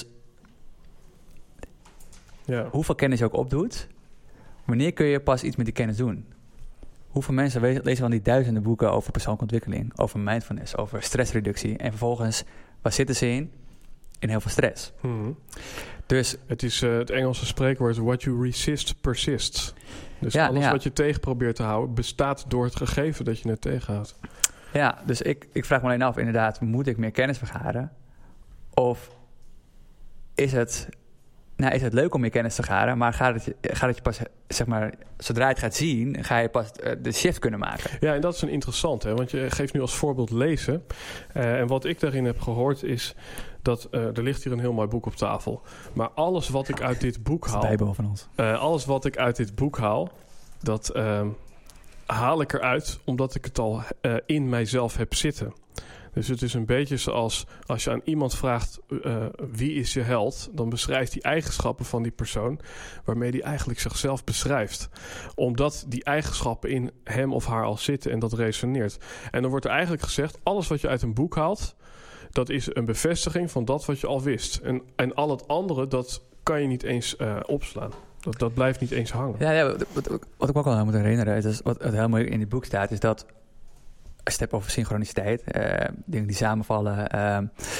S1: ja.
S2: hoeveel kennis je ook opdoet... wanneer kun je pas iets met die kennis doen? Hoeveel mensen lezen van die duizenden boeken... over persoonlijke ontwikkeling, over mindfulness... over stressreductie... en vervolgens, waar zitten ze in? In heel veel stress.
S1: Mm-hmm.
S2: Dus,
S1: het is uh, het Engelse spreekwoord... what you resist persists. Dus
S2: ja,
S1: alles
S2: ja.
S1: wat je tegen probeert te houden... bestaat door het gegeven dat je het tegenhoudt.
S2: Ja, dus ik, ik vraag me alleen af... inderdaad, moet ik meer kennis vergaren? Of is het... Nou, is het leuk om meer kennis te vergaren... maar gaat het, je, gaat het je pas, zeg maar... zodra je het gaat zien... ga je pas uh, de shift kunnen maken.
S1: Ja, en dat is een interessant, hè? Want je geeft nu als voorbeeld lezen. Uh, en wat ik daarin heb gehoord is... dat uh, er ligt hier een heel mooi boek op tafel. Maar alles wat ik uit dit boek haal...
S2: Dat is de Bijbel van ons.
S1: Uh, alles wat ik uit dit boek haal... dat, uh, haal ik eruit omdat ik het al uh, in mijzelf heb zitten. Dus het is een beetje zoals als je aan iemand vraagt uh, wie is je held, dan beschrijft hij eigenschappen van die persoon waarmee hij eigenlijk zichzelf beschrijft. Omdat die eigenschappen in hem of haar al zitten en dat resoneert. En dan wordt er eigenlijk gezegd, alles wat je uit een boek haalt, dat is een bevestiging van dat wat je al wist. En, en al het andere, dat kan je niet eens uh, opslaan. Dat, dat blijft niet eens hangen.
S2: Ja, ja wat, wat, wat ik me ook al moet herinneren, is wat, wat heel mooi in dit boek staat, is dat als je het hebt over synchroniciteit, uh, dingen die samenvallen, uh,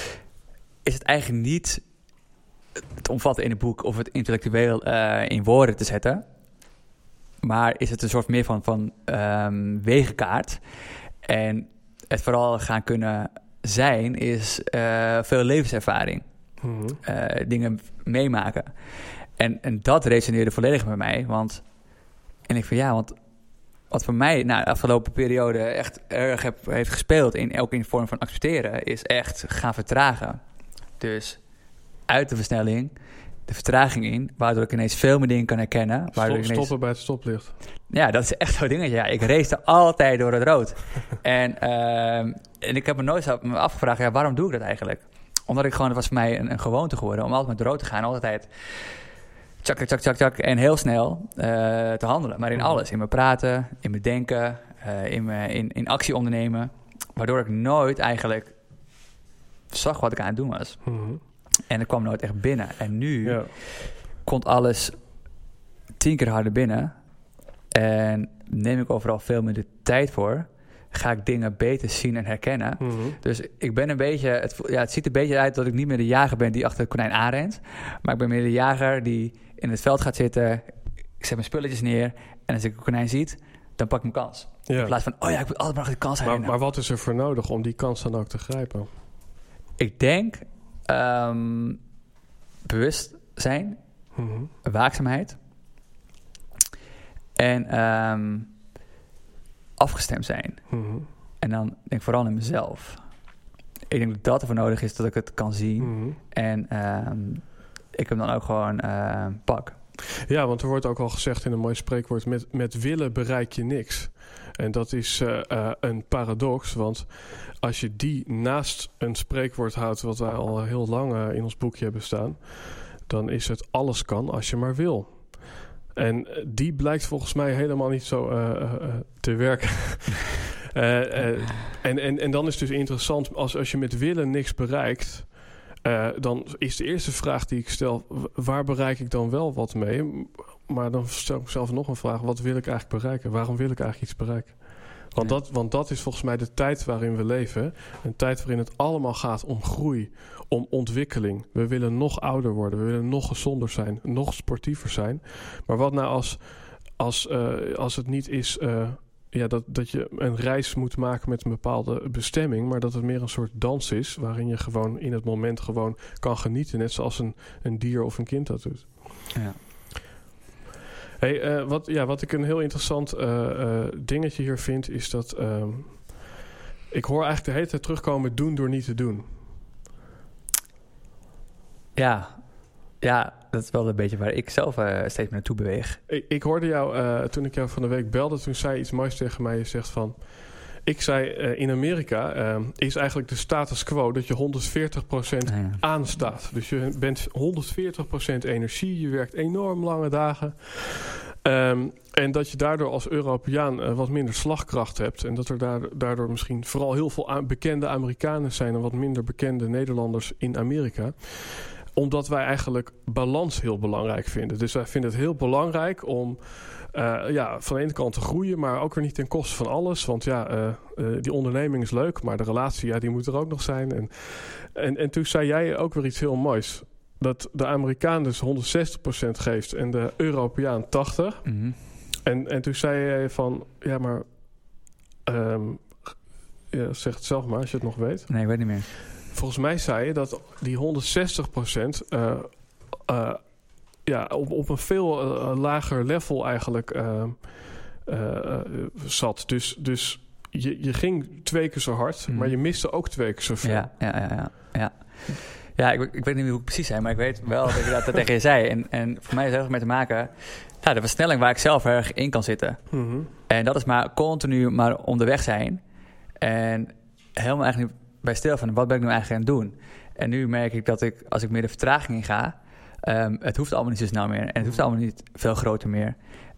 S2: is het eigenlijk niet te omvatten in het boek of het intellectueel uh, in woorden te zetten, maar is het een soort meer van, van um, wegenkaart. En het vooral gaan kunnen zijn is uh, veel levenservaring. Mm-hmm. Uh, dingen meemaken. En, en dat resoneerde volledig met mij, want en ik van ja, want wat voor mij nou, de afgelopen periode echt erg heb, heeft gespeeld, in, ook in de vorm van accepteren, is echt gaan vertragen. Dus uit de versnelling, de vertraging in, waardoor ik ineens veel meer dingen kan herkennen. Waardoor
S1: Stop,
S2: ik ineens...
S1: Stoppen bij het stoplicht.
S2: Ja, dat is echt zo'n dingetje. Ja, ik race altijd door het rood. en, uh, en ik heb me nooit afgevraagd, ja, waarom doe ik dat eigenlijk? Omdat ik gewoon, het was voor mij een, een gewoonte geworden om altijd met rood te gaan, altijd tjak, tjak, tjak, tjak, en heel snel uh, te handelen. Maar in alles. In mijn praten, in mijn denken, uh, in, mijn, in, in actie ondernemen. Waardoor ik nooit eigenlijk zag wat ik aan het doen was. Mm-hmm. En het kwam nooit echt binnen. En nu ja. komt alles tien keer harder binnen. En neem ik overal veel meer de tijd voor. Ga ik dingen beter zien en herkennen. Mm-hmm. Dus ik ben een beetje... Het, ja, het ziet een beetje uit dat ik niet meer de jager ben die achter het konijn aanrent. Maar ik ben meer de jager die in het veld gaat zitten. Ik zet mijn spulletjes neer. En als ik een konijn ziet, dan pak ik mijn kans. Ja. In plaats van, oh ja, ik moet altijd maar de kans hebben.
S1: Maar, maar wat is er voor nodig om die kans dan ook te grijpen?
S2: Ik denk um, bewustzijn, mm-hmm. waakzaamheid en um, afgestemd zijn. Mm-hmm. En dan denk ik vooral in mezelf. Ik denk dat dat ervoor nodig is dat ik het kan zien. Mm-hmm. En um, ik hem dan ook gewoon uh, pak.
S1: Ja, want er wordt ook al gezegd in een mooi spreekwoord, met, met willen bereik je niks. En dat is uh, uh, een paradox, want als je die naast een spreekwoord houdt wat wij al heel lang uh, in ons boekje hebben staan, dan is het alles kan als je maar wil. En die blijkt volgens mij helemaal niet zo uh, uh, te werken. uh, uh, en, en, en dan is het dus interessant, als, als je met willen niks bereikt, Uh, dan is de eerste vraag die ik stel, waar bereik ik dan wel wat mee? Maar dan stel ik mezelf nog een vraag, wat wil ik eigenlijk bereiken? Waarom wil ik eigenlijk iets bereiken? Want, ja. dat, want dat is volgens mij de tijd waarin we leven. Een tijd waarin het allemaal gaat om groei, om ontwikkeling. We willen nog ouder worden, we willen nog gezonder zijn, nog sportiever zijn. Maar wat nou als, als, uh, als het niet is... Uh, Ja, dat, dat je een reis moet maken met een bepaalde bestemming, maar dat het meer een soort dans is, waarin je gewoon in het moment gewoon kan genieten, net zoals een, een dier of een kind dat doet.
S2: Ja.
S1: Hey, uh, wat, ja, wat ik een heel interessant uh, uh, dingetje hier vind, is dat uh, ik hoor eigenlijk de hele tijd terugkomen, doen door niet te doen.
S2: Ja, ja, dat is wel een beetje waar ik zelf uh, steeds meer naartoe beweeg.
S1: Ik, ik hoorde jou, uh, toen ik jou van de week belde, toen zei je iets moois tegen mij. Je zegt van, ik zei uh, in Amerika uh, is eigenlijk de status quo dat je honderdveertig procent ja, ja. aanstaat. Dus je bent honderdveertig procent energie, je werkt enorm lange dagen. Um, en dat je daardoor als Europeaan uh, wat minder slagkracht hebt. En dat er daardoor misschien vooral heel veel a- bekende Amerikanen zijn en wat minder bekende Nederlanders in Amerika. Omdat wij eigenlijk balans heel belangrijk vinden. Dus wij vinden het heel belangrijk om uh, ja, van de ene kant te groeien, maar ook weer niet ten koste van alles. Want ja, uh, uh, die onderneming is leuk, maar de relatie, ja, die moet er ook nog zijn. En, en, en toen zei jij ook weer iets heel moois. Dat de Amerikaan dus honderdzestig procent geeft en de Europeaan tachtig procent. Mm-hmm. En, en toen zei jij van, ja, maar um, ja, zeg het zelf maar als je het nog weet.
S2: Nee, ik weet niet meer.
S1: Volgens mij zei je dat die honderdzestig procent uh, uh, ja, op, op een veel uh, lager level eigenlijk uh, uh, uh, zat. Dus, dus je, je ging twee keer zo hard, mm. maar je miste ook twee keer zoveel.
S2: Ja, ja, ja, ja. ja. Ja, ik, ik weet niet meer hoe ik precies zei, maar ik weet wel dat ik dat, dat tegen je zei. En, en voor mij is het heel erg mee te maken... Ja, de versnelling waar ik zelf erg in kan zitten.
S1: Mm-hmm.
S2: En dat is maar continu maar onderweg zijn. En helemaal eigenlijk niet bij stil van, wat ben ik nu eigenlijk aan het doen? En nu merk ik dat ik, als ik meer de vertraging in ga... Um, het hoeft allemaal niet zo snel meer. En het hoeft allemaal niet veel groter meer.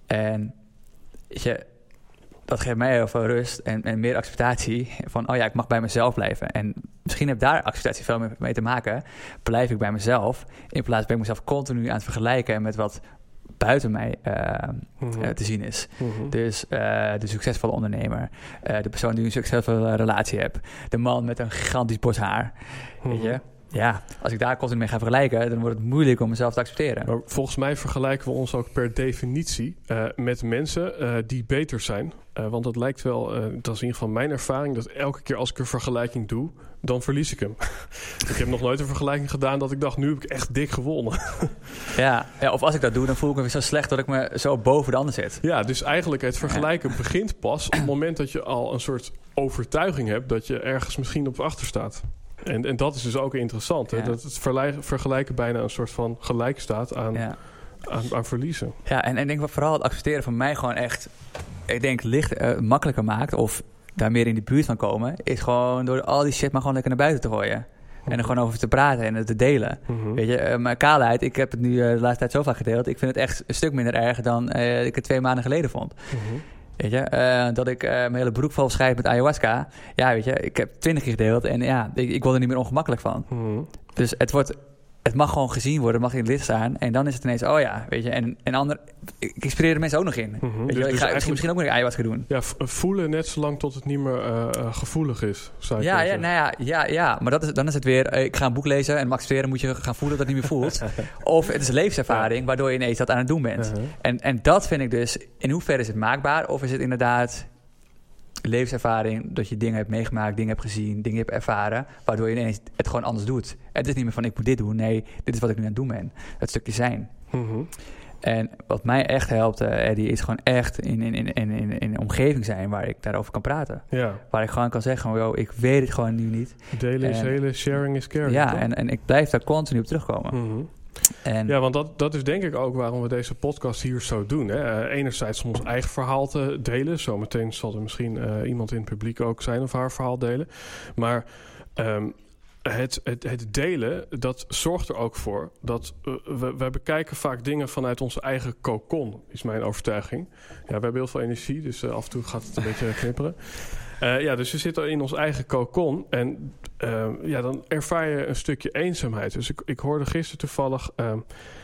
S2: En weet je, dat geeft mij heel veel rust en, en meer acceptatie. Van, oh ja, ik mag bij mezelf blijven. En misschien heeft daar acceptatie veel meer mee te maken. Blijf ik bij mezelf. In plaats ben ik mezelf continu aan het vergelijken met wat buiten mij uh, mm-hmm. uh, te zien is. Mm-hmm. Dus uh, de succesvolle ondernemer. Uh, de persoon die een succesvolle relatie heeft. De man met een gigantisch bos haar. Mm-hmm. Weet je? Ja, als ik daar continu mee ga vergelijken... dan wordt het moeilijk om mezelf te accepteren.
S1: Maar volgens mij vergelijken we ons ook per definitie... Uh, met mensen uh, die beter zijn. Uh, want dat lijkt wel... Uh, dat is in ieder geval mijn ervaring... dat elke keer als ik een vergelijking doe... dan verlies ik hem. Ik heb nog nooit een vergelijking gedaan... dat ik dacht, nu heb ik echt dik gewonnen.
S2: ja, ja, of als ik dat doe... dan voel ik me weer zo slecht... dat ik me zo boven de ander zit.
S1: Ja, dus eigenlijk het vergelijken ja. begint pas... op het moment dat je al een soort overtuiging hebt... dat je ergens misschien op achter staat. En, en dat is dus ook interessant. Hè? Ja. Dat het vergelijken, vergelijken bijna een soort van gelijk staat aan, ja. aan, aan verliezen.
S2: Ja, en ik denk wat vooral het accepteren van mij gewoon echt... ik denk licht uh, makkelijker maakt... of daar meer in de buurt van komen... is gewoon door al die shit maar gewoon lekker naar buiten te gooien. Mm-hmm. En er gewoon over te praten en het te delen. Mm-hmm. Weet je, uh, mijn kaalheid, ik heb het nu uh, de laatste tijd zo vaak gedeeld... ik vind het echt een stuk minder erg dan uh, ik het twee maanden geleden vond. Mm-hmm. Weet je, uh, dat ik uh, mijn hele broek vol schrijf met ayahuasca. Ja, weet je, ik heb twintig keer gedeeld en ja, ik, ik word er niet meer ongemakkelijk van. Mm-hmm. Dus het wordt, het mag gewoon gezien worden, het mag in het licht staan. En dan is het ineens, oh ja, weet je, en, en ander, ik inspireer de mensen ook nog in.
S1: Mm-hmm.
S2: Weet je,
S1: dus,
S2: ik ga dus misschien ook meer ayahuasca doen.
S1: Ja, voelen net zolang tot het niet meer uh, uh, gevoelig is, zou ik
S2: ja, ja, nou ja, ja, ja, maar dat is, dan is het weer, uh, ik ga een boek lezen en om accepteren moet je gaan voelen dat het niet meer voelt. Of het is een levenservaring, ja. waardoor je ineens dat aan het doen bent. Uh-huh. En, en dat vind ik dus, in hoeverre is het maakbaar? Of is het inderdaad levenservaring, dat je dingen hebt meegemaakt, dingen hebt gezien, dingen hebt ervaren, waardoor je ineens het gewoon anders doet. Het is niet meer van, ik moet dit doen. Nee, dit is wat ik nu aan het doen ben. Het stukje zijn. Mm-hmm. En wat mij echt helpt, uh, Eddie, is gewoon echt in, in, in, in, in een omgeving zijn waar ik daarover kan praten. Ja. Waar ik gewoon kan zeggen, yo, ik weet het gewoon nu niet.
S1: Delen is hele, sharing is caring.
S2: Ja, en, en ik blijf daar continu op terugkomen.
S1: Mm-hmm. En ja, want dat, dat is denk ik ook waarom we deze podcast hier zo doen. Hè. Uh, enerzijds om ons eigen verhaal te delen. Zometeen zal er misschien uh, iemand in het publiek ook zijn of haar verhaal delen. Maar um, het, het, het delen, dat zorgt er ook voor dat uh, we, we bekijken vaak dingen vanuit onze eigen cocon, is mijn overtuiging. Ja, we hebben heel veel energie, dus uh, af en toe gaat het een beetje knipperen. Uh, ja, dus we zitten in ons eigen cocon en uh, ja, dan ervaar je een stukje eenzaamheid. Dus ik, ik hoorde gisteren toevallig um,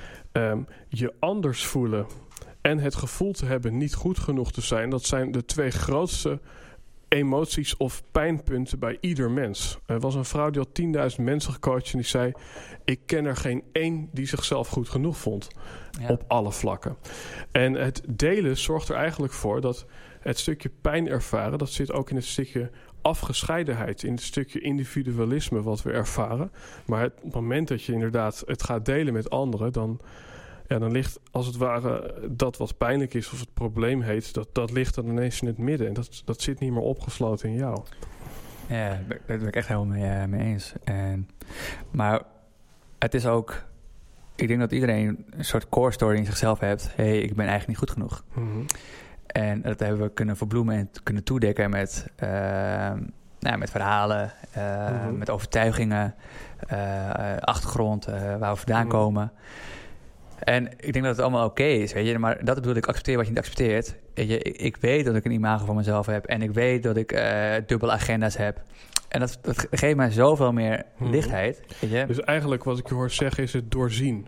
S1: um, je anders voelen en het gevoel te hebben niet goed genoeg te zijn. Dat zijn de twee grootste emoties of pijnpunten bij ieder mens. Er was een vrouw die had tienduizend mensen gecoacht en die zei, ik ken er geen één die zichzelf goed genoeg vond. Ja. Op alle vlakken. En het delen zorgt er eigenlijk voor dat het stukje pijn ervaren, dat zit ook in het stukje afgescheidenheid, in het stukje individualisme wat we ervaren. Maar het moment dat je inderdaad het gaat delen met anderen, dan, ja, dan ligt als het ware dat wat pijnlijk is of het probleem heet, dat, dat ligt dan ineens in het midden. En dat, dat zit niet meer opgesloten in jou.
S2: Ja, daar ben ik echt helemaal mee, uh, mee eens. En, maar het is ook, ik denk dat iedereen een soort core story in zichzelf heeft. Hé, hey, ik ben eigenlijk niet goed genoeg. Mm-hmm. En dat hebben we kunnen verbloemen en kunnen toedekken met, uh, nou, met verhalen, uh, mm-hmm. met overtuigingen, uh, achtergrond, uh, waar we vandaan mm-hmm. komen. En ik denk dat het allemaal oké okay is, weet je. Maar dat bedoel ik, accepteer wat je niet accepteert. Weet je, ik, ik weet dat ik een imago van mezelf heb en ik weet dat ik uh, dubbele agenda's heb. En dat, dat geeft mij zoveel meer mm-hmm. lichtheid, weet je.
S1: Dus eigenlijk wat ik je hoor zeggen is het doorzien.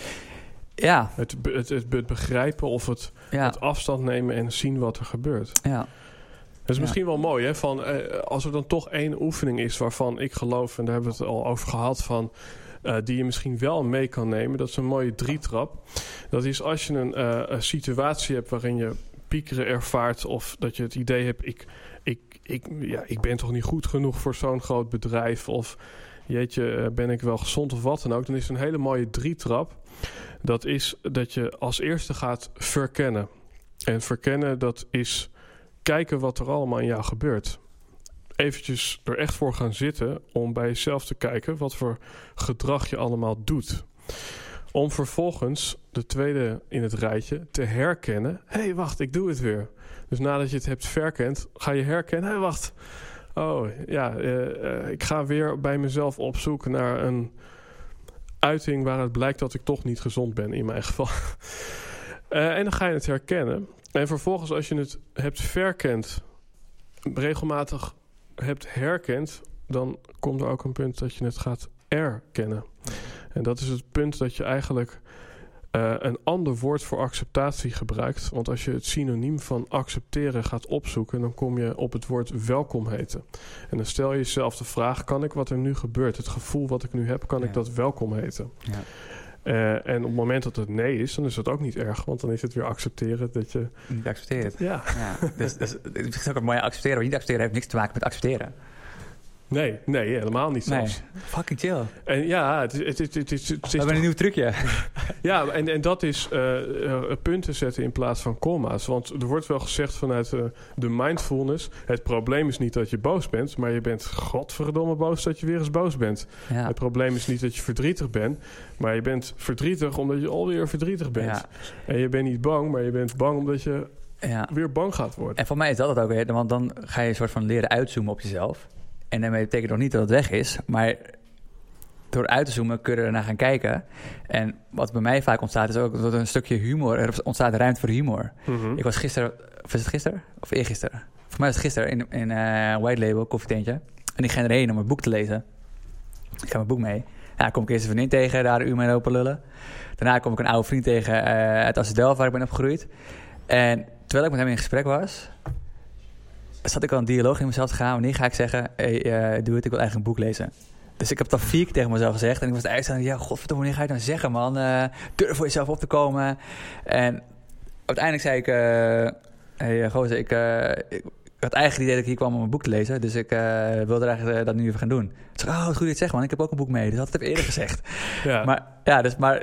S2: Ja.
S1: Het, het, het begrijpen of het, ja. het afstand nemen en zien wat er gebeurt.
S2: Ja.
S1: Dat is misschien ja. wel mooi, hè? Van, eh, als er dan toch één oefening is waarvan ik geloof, en daar hebben we het al over gehad, van, uh, die je misschien wel mee kan nemen. Dat is een mooie drietrap. Dat is als je een, uh, een situatie hebt waarin je piekeren ervaart, of dat je het idee hebt, ik, ik, ik, ja, ik ben toch niet goed genoeg voor zo'n groot bedrijf, of jeetje, ben ik wel gezond of wat dan ook. Dan is het een hele mooie drietrap. Dat is dat je als eerste gaat verkennen. En verkennen, dat is kijken wat er allemaal in jou gebeurt. eventjes er echt voor gaan zitten om bij jezelf te kijken wat voor gedrag je allemaal doet. Om vervolgens de tweede in het rijtje te herkennen. Hé, hey, wacht, ik doe het weer. Dus nadat je het hebt verkend, ga je herkennen. Hé, hey, wacht. Oh, ja, uh, uh, ik ga weer bij mezelf op zoek naar een uiting waaruit blijkt dat ik toch niet gezond ben, in mijn geval. uh, en dan ga je het herkennen. En vervolgens, als je het hebt verkend, regelmatig hebt herkend, dan komt er ook een punt dat je het gaat erkennen. En dat is het punt dat je eigenlijk uh, een ander woord voor acceptatie gebruikt. Want als je het synoniem van accepteren gaat opzoeken, dan kom je op het woord welkom heten. En dan stel je jezelf de vraag, kan ik wat er nu gebeurt, het gevoel wat ik nu heb, kan ja. ik dat welkom heten? Ja. Uh, en op het moment dat het nee is, dan is dat ook niet erg. Want dan is het weer accepteren dat je...
S2: Niet accepteren.
S1: Ja.
S2: ja. Dus, dus, het is ook een mooie accepteren. Maar niet accepteren heeft niks te maken met accepteren.
S1: Nee, nee, helemaal niet zelfs.
S2: Nee, fucking chill.
S1: En ja, het, het, het, het, het, het is...
S2: We hebben een nieuw trucje.
S1: Ja, en, en dat is uh, uh, punten zetten in plaats van komma's. Want er wordt wel gezegd vanuit uh, de mindfulness, het probleem is niet dat je boos bent, maar je bent godverdomme boos dat je weer eens boos bent. Ja. Het probleem is niet dat je verdrietig bent, maar je bent verdrietig omdat je alweer verdrietig bent. Ja. En je bent niet bang, maar je bent bang omdat je ja. weer bang gaat worden.
S2: En voor mij is dat het ook weer, want dan ga je een soort van leren uitzoomen op jezelf. En daarmee betekent nog niet dat het weg is, maar door uit te zoomen kun je er naar gaan kijken. En wat bij mij vaak ontstaat is ook dat er een stukje humor, er ontstaat ruimte voor humor. Mm-hmm. Ik was gisteren, of is het gisteren? Of eergisteren? Voor mij was het gisteren in, in uh, White Label, koffietentje. En ik ga erheen om een boek te lezen. Ik ga mijn boek mee. Ja, kom ik eerst een vriendin tegen, daar een uur mee lopen lullen. Daarna kom ik een oude vriend tegen uh, uit Assendelft, waar ik ben opgegroeid. En terwijl ik met hem in gesprek was, zat ik al een dialoog in mezelf te gaan. Wanneer ga ik zeggen, hey, uh, doe het, ik wil eigenlijk een boek lezen. Dus ik heb dat vier keer tegen mezelf gezegd. En ik was eigenlijk ja, godverdomme, wanneer ga je het nou zeggen, man? Uh, durf voor jezelf op te komen. En uiteindelijk zei ik, uh, hey, gozer, ik, uh, ik had eigenlijk het idee dat ik hier kwam om een boek te lezen. Dus ik uh, wilde eigenlijk uh, dat nu even gaan doen. Dus ik, oh, wat goed dat je het zegt, man. Ik heb ook een boek mee. Dus dat had ik even eerder gezegd. Ja. Maar ja, dus maar...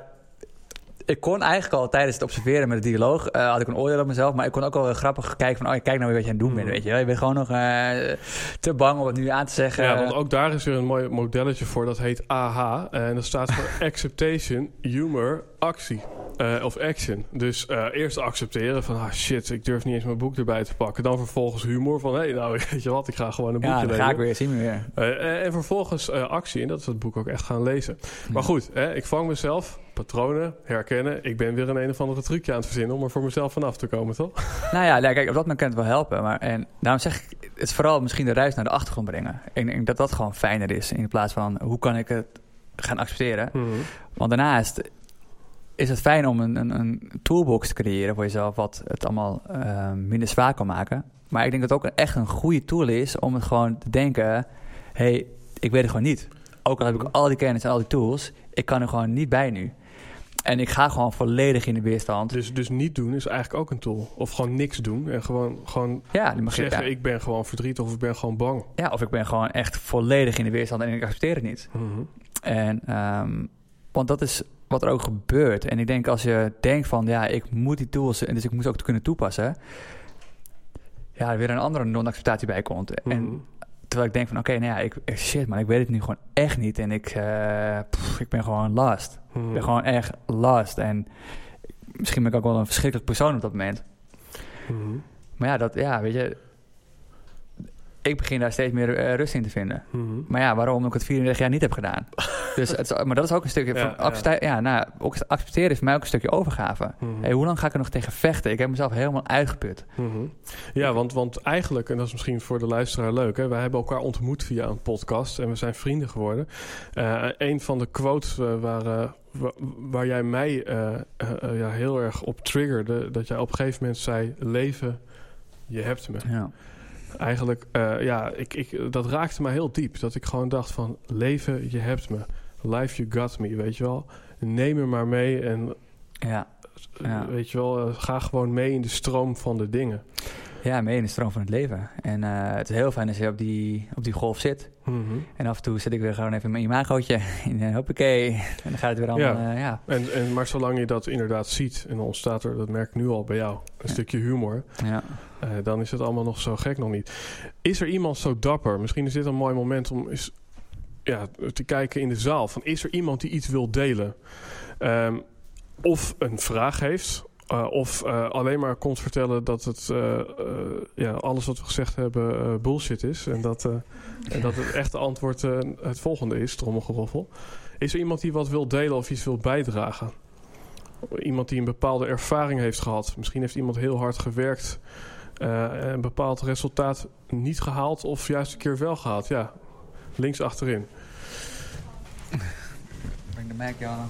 S2: Ik kon eigenlijk al tijdens het observeren met de dialoog, uh, had ik een oordeel op mezelf, maar ik kon ook al grappig kijken van, oh, kijk nou weer wat je aan het doen bent, weet je. Je bent gewoon nog uh, te bang om het nu aan te zeggen.
S1: Ja, want ook daar is weer een mooi modelletje voor, dat heet A H. En dat staat voor Acceptation, Humor, Actie. Uh, of action. Dus uh, eerst accepteren van, ah shit, ik durf niet eens mijn boek erbij te pakken. Dan vervolgens humor van, hé, hey, nou weet je wat, ik ga gewoon een boekje lezen.
S2: Ja, dan ga ik weer, zien we weer.
S1: Uh, en vervolgens uh, actie, en dat is het boek ook echt gaan lezen. Ja. Maar goed, hè, ik vang mezelf, patronen, herkennen. Ik ben weer een een of andere trucje aan het verzinnen om er voor mezelf vanaf te komen, toch?
S2: Nou ja, kijk, op dat moment kan het wel helpen. Maar, en daarom zeg ik, het is vooral misschien de reis naar de achtergrond brengen. Ik denk dat dat gewoon fijner is, in plaats van, hoe kan ik het gaan accepteren? Mm-hmm. Want daarnaast is het fijn om een, een, een toolbox te creëren voor jezelf, wat het allemaal uh, minder zwaar kan maken. Maar ik denk dat het ook echt een goede tool is om het gewoon te denken, hé, hey, ik weet het gewoon niet. Ook al heb ik al die kennis en al die tools, ik kan er gewoon niet bij nu. En ik ga gewoon volledig in de weerstand.
S1: Dus, dus niet doen is eigenlijk ook een tool. Of gewoon niks doen en gewoon, gewoon
S2: ja,
S1: zeggen,
S2: je, ja.
S1: ik ben gewoon verdrietig of ik ben gewoon bang.
S2: Ja, of ik ben gewoon echt volledig in de weerstand en ik accepteer het niet. Mm-hmm. En, um, want dat is wat er ook gebeurt. En ik denk als je denkt van, ja, ik moet die tools, en dus ik moet ze ook kunnen toepassen, ja, er weer een andere non-acceptatie bij komt. Mm-hmm. En terwijl ik denk van, oké, okay, nou ja, ik, shit, maar ik weet het nu gewoon echt niet. En ik, uh, pff, ik ben gewoon lost. Mm-hmm. Ik ben gewoon echt lost. En misschien ben ik ook wel een verschrikkelijk persoon op dat moment. Mm-hmm. Maar ja, dat, ja, weet je, ik begin daar steeds meer uh, rust in te vinden. Mm-hmm. Maar ja, waarom ik het vierendertig jaar niet heb gedaan. Dus het is, maar dat is ook een stukje van ja, accepteren. Ja. Ja, nou, ook accepteren is voor mij ook een stukje overgave. Mm-hmm. Hey, hoe lang ga ik er nog tegen vechten? Ik heb mezelf helemaal uitgeput.
S1: Mm-hmm. Ja, want, want eigenlijk, en dat is misschien voor de luisteraar leuk, hè, wij hebben elkaar ontmoet via een podcast en we zijn vrienden geworden. Uh, een van de quotes uh, waar, uh, waar, waar jij mij uh, uh, ja, heel erg op triggerde, dat jij op een gegeven moment zei, leven, je hebt me. Ja. Eigenlijk, uh, ja, ik, ik, dat raakte me heel diep. Dat ik gewoon dacht van, leven, je hebt me. Life, you got me, weet je wel. Neem me maar mee en,
S2: ja. Ja.
S1: weet je wel, uh, ga gewoon mee in de stroom van de dingen.
S2: Ja, mee in de stroom van het leven. En uh, het is heel fijn als je op die, op die golf zit. Mm-hmm. En af en toe zit ik weer gewoon even in mijn imagootje. En hoppakee. En dan gaat het weer allemaal, ja. Uh, ja.
S1: En, en, maar zolang je dat inderdaad ziet, en dan ontstaat er, dat merk ik nu al bij jou, een ja. stukje humor.
S2: Ja.
S1: uh, dan is het allemaal nog zo gek nog niet. Is er iemand zo dapper? Misschien is dit een mooi moment om eens ja, te kijken in de zaal. Van, is er iemand die iets wil delen? Um, of een vraag heeft... Uh, of uh, alleen maar komt vertellen dat het uh, uh, ja, alles wat we gezegd hebben uh, bullshit is. En dat, uh, en dat het echte antwoord uh, het volgende is, trommelgeroffel. Is er iemand die wat wil delen of iets wil bijdragen? Iemand die een bepaalde ervaring heeft gehad. Misschien heeft iemand heel hard gewerkt. Uh, een bepaald resultaat niet gehaald of juist een keer wel gehaald. Ja, links achterin.
S2: Breng de mic, Jana.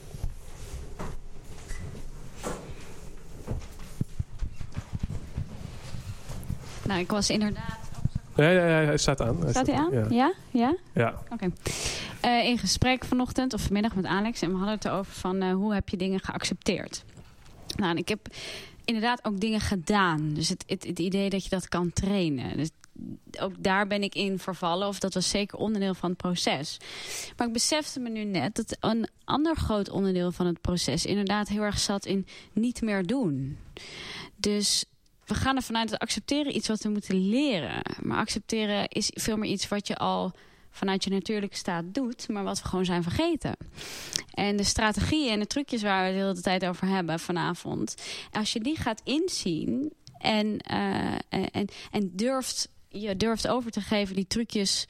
S3: Nou, ik was inderdaad...
S1: Ja, ja, ja, hij staat aan. Hij
S3: staat hij aan? Ja? Ja? Ja.
S1: ja.
S3: Oké. Okay. Uh, in gesprek vanochtend of vanmiddag met Alex. En we hadden het erover van uh, hoe heb je dingen geaccepteerd. Nou, en ik heb inderdaad ook dingen gedaan. Dus het, het, het idee dat je dat kan trainen. Dus ook daar ben ik in vervallen. Of dat was zeker onderdeel van het proces. Maar ik besefte me nu net dat een ander groot onderdeel van het proces inderdaad heel erg zat in niet meer doen. Dus... we gaan ervan uit dat accepteren iets wat we moeten leren. Maar accepteren is veel meer iets wat je al vanuit je natuurlijke staat doet, maar wat we gewoon zijn vergeten. En de strategieën en de trucjes waar we de hele tijd over hebben vanavond, als je die gaat inzien en, uh, en, en durft, je durft over te geven die trucjes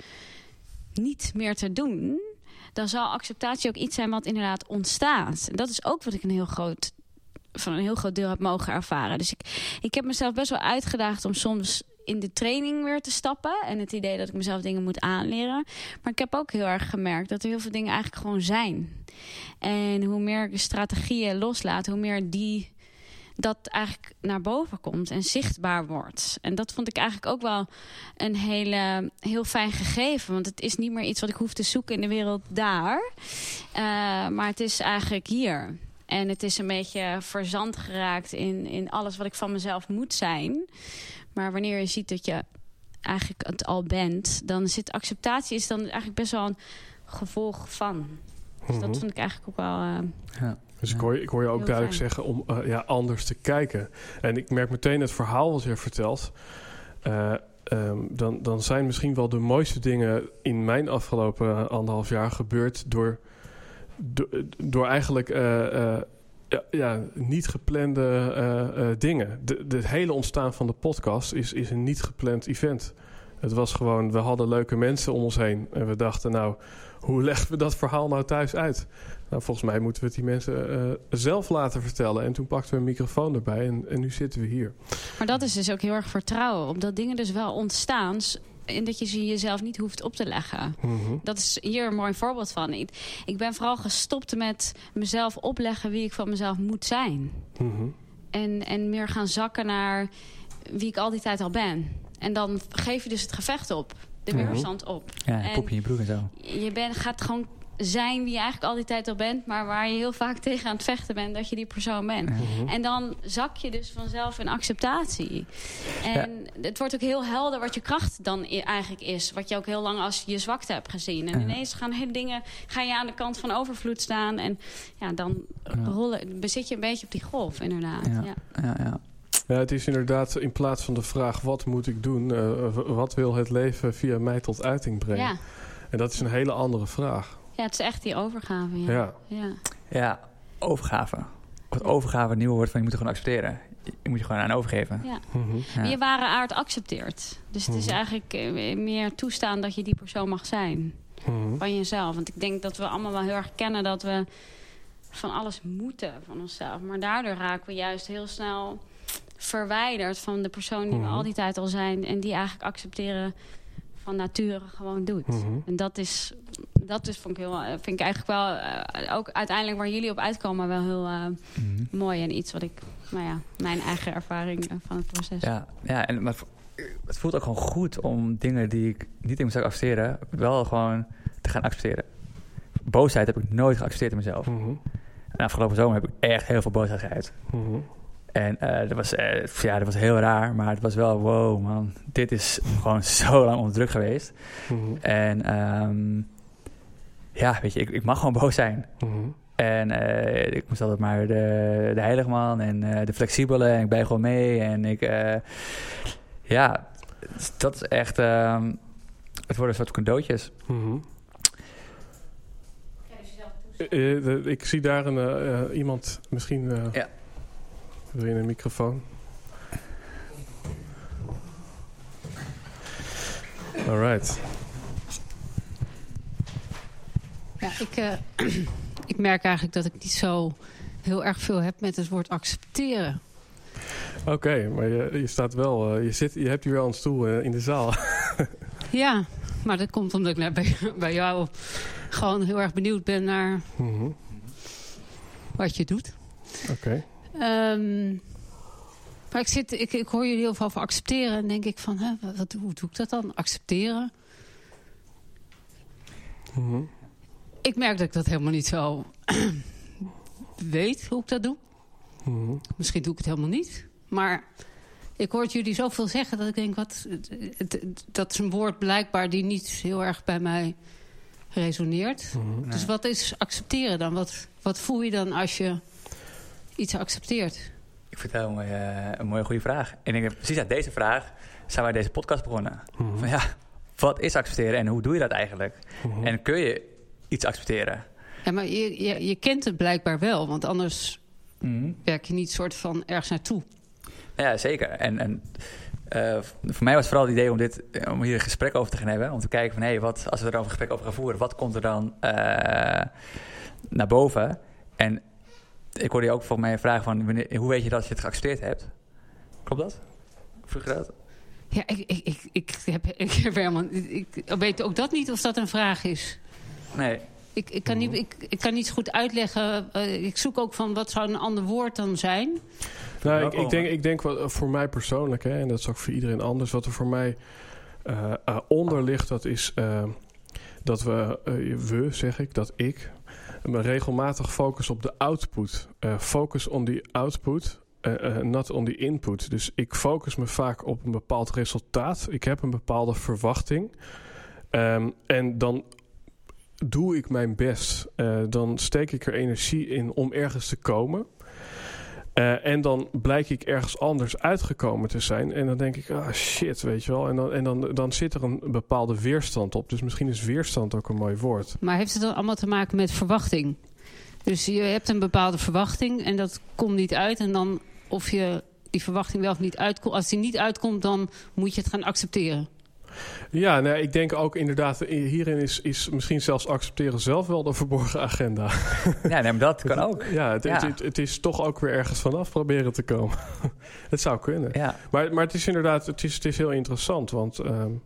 S3: niet meer te doen, dan zal acceptatie ook iets zijn wat inderdaad ontstaat. En dat is ook wat ik een heel groot van een heel groot deel heb mogen ervaren. Dus ik, ik heb mezelf best wel uitgedaagd om soms in de training weer te stappen. En het idee dat ik mezelf dingen moet aanleren. Maar ik heb ook heel erg gemerkt dat er heel veel dingen eigenlijk gewoon zijn. En hoe meer ik de strategieën loslaat, hoe meer die dat eigenlijk naar boven komt en zichtbaar wordt. En dat vond ik eigenlijk ook wel een hele, heel fijn gegeven. Want het is niet meer iets wat ik hoef te zoeken in de wereld daar. Uh, maar het is eigenlijk hier. En het is een beetje verzand geraakt in, in alles wat ik van mezelf moet zijn. Maar wanneer je ziet dat je eigenlijk het al bent, dan zit acceptatie is dan eigenlijk best wel een gevolg van. Dus mm-hmm. dat vond ik eigenlijk ook wel... Uh,
S1: ja. Dus ik hoor, ik hoor je ook duidelijk fijn. zeggen om uh, ja, anders te kijken. En ik merk meteen het verhaal wat je vertelt. Uh, um, dan, dan zijn misschien wel de mooiste dingen in mijn afgelopen anderhalf jaar gebeurd door... Do- door eigenlijk uh, uh, ja, ja, niet geplande uh, uh, dingen. De, de hele ontstaan van de podcast is, is een niet gepland event. Het was gewoon, we hadden leuke mensen om ons heen. En we dachten, nou, hoe leggen we dat verhaal nou thuis uit? Nou, volgens mij moeten we het die mensen uh, zelf laten vertellen. En toen pakten we een microfoon erbij en, en nu zitten we hier.
S3: Maar dat is dus ook heel erg vertrouwen. Omdat dingen dus wel ontstaan... en dat je ze jezelf niet hoeft op te leggen. Mm-hmm. Dat is hier een mooi voorbeeld van. Ik, ik ben vooral gestopt met mezelf opleggen wie ik van mezelf moet zijn. Mm-hmm. En, en meer gaan zakken naar wie ik al die tijd al ben. En dan geef je dus het gevecht op. De mm-hmm. weerstand op.
S2: Ja, poep je in je broek en zo.
S3: Je ben, gaat gewoon zijn wie je eigenlijk al die tijd al bent... maar waar je heel vaak tegen aan het vechten bent... dat je die persoon bent. Mm-hmm. En dan zak je dus vanzelf in acceptatie. En ja. het wordt ook heel helder wat je kracht dan eigenlijk is. Wat je ook heel lang als je zwakte hebt gezien. En ja. ineens gaan hele dingen... ga je aan de kant van overvloed staan... en ja, dan ja. rollen, bezit je een beetje op die golf, inderdaad.
S2: Ja.
S3: Ja.
S2: Ja, ja.
S1: Ja, het is inderdaad in plaats van de vraag... wat moet ik doen? Uh, wat wil het leven via mij tot uiting brengen? Ja. En dat is een hele andere vraag.
S3: Ja, het is echt die overgave. Ja,
S1: ja.
S3: ja.
S2: ja overgave. Wat overgave een nieuwe woord van je moet er gewoon accepteren. Je moet je gewoon aan overgeven.
S3: Ja. Mm-hmm. Ja. Je ware aard accepteert. Dus het is mm-hmm. eigenlijk uh, meer toestaan dat je die persoon mag zijn. Mm-hmm. Van jezelf. Want ik denk dat we allemaal wel heel erg kennen dat we van alles moeten van onszelf. Maar daardoor raken we juist heel snel verwijderd van de persoon die mm-hmm. we al die tijd al zijn. En die eigenlijk accepteren van nature gewoon doet. Mm-hmm. En dat is, dat is vond ik heel, vind ik eigenlijk wel uh, ook uiteindelijk waar jullie op uitkomen wel heel uh, mm-hmm. mooi en iets wat ik, nou ja, mijn eigen ervaring uh, van het proces.
S2: Ja, ja, en maar het voelt ook gewoon goed om dingen die ik niet in mezelf accepteren, wel gewoon te gaan accepteren. Boosheid heb ik nooit geaccepteerd in mezelf. Mm-hmm. En afgelopen zomer heb ik echt heel veel boosheid geuit. Mm-hmm. En uh, dat, was, uh, ja, dat was heel raar, maar het was wel, wow man, dit is gewoon zo lang onder druk geweest. Mm-hmm. En um, ja, weet je, ik, ik mag gewoon boos zijn. Mm-hmm. En uh, ik moest altijd maar de, de heilige man en uh, de flexibele. En ik ben gewoon mee. En ik... Uh, ja, dat is echt... Uh, het worden een soort cadeautjes.
S1: Mm-hmm. Uh, de, ik zie daar een, uh, iemand... Misschien... Uh,
S2: ja.
S1: Wil je een microfoon? All right.
S4: Ja, ik, uh, ik merk eigenlijk dat ik niet zo heel erg veel heb met het woord accepteren.
S1: Oké, okay, maar je, je staat wel, uh, je, zit, je hebt hier wel een stoel uh, in de zaal.
S4: Ja, maar dat komt omdat ik net bij, bij jou gewoon heel erg benieuwd ben naar mm-hmm. wat je doet.
S1: Oké. Okay.
S4: Um, maar ik, zit, ik, ik hoor jullie heel veel over accepteren en denk ik van, hè, wat, hoe doe ik dat dan? Accepteren?
S1: Mm-hmm.
S4: Ik merk dat ik dat helemaal niet zo weet hoe ik dat doe.
S1: Mm-hmm.
S4: Misschien doe ik het helemaal niet. Maar ik hoor jullie zoveel zeggen dat ik denk... Wat, dat is een woord blijkbaar die niet heel erg bij mij resoneert.
S1: Mm-hmm. Nee.
S4: Dus wat is accepteren dan? Wat, wat voel je dan als je iets accepteert?
S2: Ik vind het een mooie, een mooie goede vraag. En ik denk precies uit deze vraag zijn wij deze podcast begonnen.
S1: Mm-hmm.
S2: Van ja, wat is accepteren en hoe doe je dat eigenlijk?
S1: Mm-hmm.
S2: En kun je iets accepteren?
S4: Ja, maar je, je, je kent het blijkbaar wel, want anders
S2: mm-hmm.
S4: werk je niet soort van ergens naartoe.
S2: Ja, zeker. En, en uh, voor mij was het vooral het idee om, dit, om hier een gesprek over te gaan hebben. Om te kijken van, hé, hey, wat als we er een gesprek over gaan voeren, wat komt er dan uh, naar boven? En ik hoorde je ook voor mij een vraag van, wanneer, hoe weet je dat je het geaccepteerd hebt? Klopt dat? Vroeg je dat?
S4: Ja, ik, ik, ik, ik, heb, ik heb helemaal... Ik weet ook dat niet of dat een vraag is.
S2: Nee.
S4: Ik, ik, kan, niet, ik, ik kan niet zo goed uitleggen. Uh, ik zoek ook van, wat zou een ander woord dan zijn?
S1: Nou, ik, ik denk, ik denk wat voor mij persoonlijk, hè, en dat is ook voor iedereen anders, wat er voor mij uh, uh, onder ligt, dat is uh, dat we, uh, we zeg ik, dat ik, me regelmatig focus op de output. Uh, focus on the output, uh, uh, not on the input. Dus ik focus me vaak op een bepaald resultaat. Ik heb een bepaalde verwachting. Um, en dan doe ik mijn best. Uh, dan steek ik er energie in om ergens te komen. Uh, en dan blijk ik ergens anders uitgekomen te zijn. En dan denk ik, ah shit, weet je wel. En dan, en dan, dan zit er een bepaalde weerstand op. Dus misschien is weerstand ook een mooi woord.
S4: Maar heeft het dan allemaal te maken met verwachting? Dus je hebt een bepaalde verwachting en dat komt niet uit. En dan of je die verwachting wel of niet uitkomt. Als die niet uitkomt, dan moet je het gaan accepteren.
S1: Ja, nou, ik denk ook inderdaad, hierin is, is misschien zelfs accepteren zelf wel de verborgen agenda.
S2: Ja, nee, maar dat kan ook.
S1: Ja, het, ja. Het, het, het is toch ook weer ergens vanaf proberen te komen. Het zou kunnen.
S2: Ja.
S1: Maar, maar het is inderdaad, het is, het is heel interessant, want, um,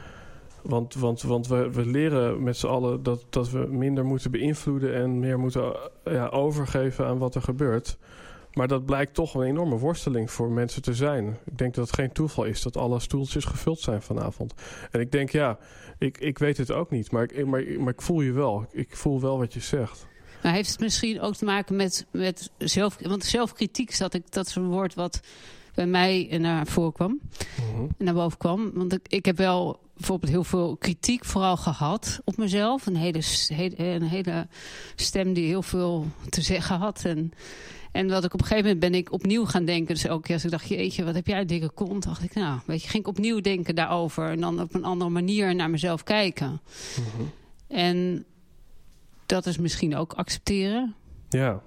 S1: want, want, want we, we leren met z'n allen dat, dat we minder moeten beïnvloeden en meer moeten ja, overgeven aan wat er gebeurt. Maar dat blijkt toch een enorme worsteling voor mensen te zijn. Ik denk dat het geen toeval is dat alle stoeltjes gevuld zijn vanavond. En ik denk, ja, ik, ik weet het ook niet. Maar ik, maar, maar ik voel je wel. Ik voel wel wat je zegt.
S4: Maar heeft het misschien ook te maken met, met zelf... Want zelfkritiek, dat, ik, dat is een woord wat bij mij naar voren kwam.
S1: Mm-hmm.
S4: En naar boven kwam. Want ik, ik heb wel bijvoorbeeld heel veel kritiek vooral gehad op mezelf. Een hele, een hele stem die heel veel te zeggen had. En... En wat ik op een gegeven moment ben ik opnieuw gaan denken. Dus elke keer als ik dacht, jeetje, wat heb jij een dikke kont? Dacht ik, nou, weet je, ging ik opnieuw denken daarover. En dan op een andere manier naar mezelf kijken.
S1: Mm-hmm.
S4: En dat is misschien ook accepteren.
S1: Ja.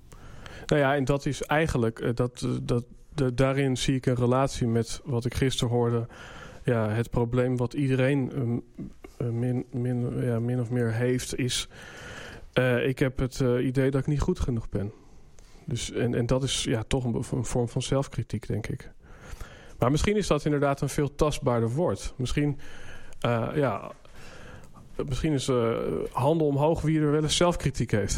S1: Nou ja, en dat is eigenlijk, uh, dat, uh, dat, de, daarin zie ik een relatie met wat ik gisteren hoorde. Ja, het probleem wat iedereen um, uh, min, min, ja, min of meer heeft is... Uh, ik heb het uh, idee dat ik niet goed genoeg ben. Dus, en, en dat is ja, toch een, een vorm van zelfkritiek, denk ik. Maar misschien is dat inderdaad een veel tastbaarder woord. Misschien, uh, ja, misschien is uh, handen omhoog wie er wel eens zelfkritiek heeft.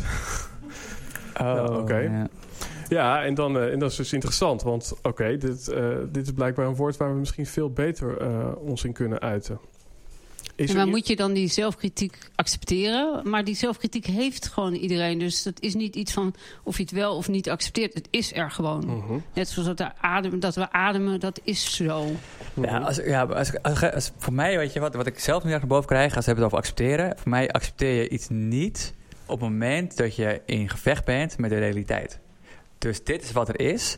S2: Oh,
S1: ja, Oké. Okay.
S2: Ja.
S1: Ja, en, dan, uh, en dat is dus interessant. Want oké, okay, dit, uh, dit is blijkbaar een woord waar we misschien veel beter uh, ons in kunnen uiten.
S4: Is en maar moet je dan die zelfkritiek accepteren? Maar die zelfkritiek heeft gewoon iedereen. Dus dat is niet iets van of je het wel of niet accepteert. Het is er gewoon.
S1: Mm-hmm.
S4: Net zoals dat, er adem, dat we ademen, dat is zo.
S2: Ja, als, ja als, als, als, voor mij, weet je wat, wat ik zelf nu naar boven krijg, als we het over accepteren. Voor mij accepteer je iets niet op het moment dat je in gevecht bent met de realiteit. Dus dit is wat er is.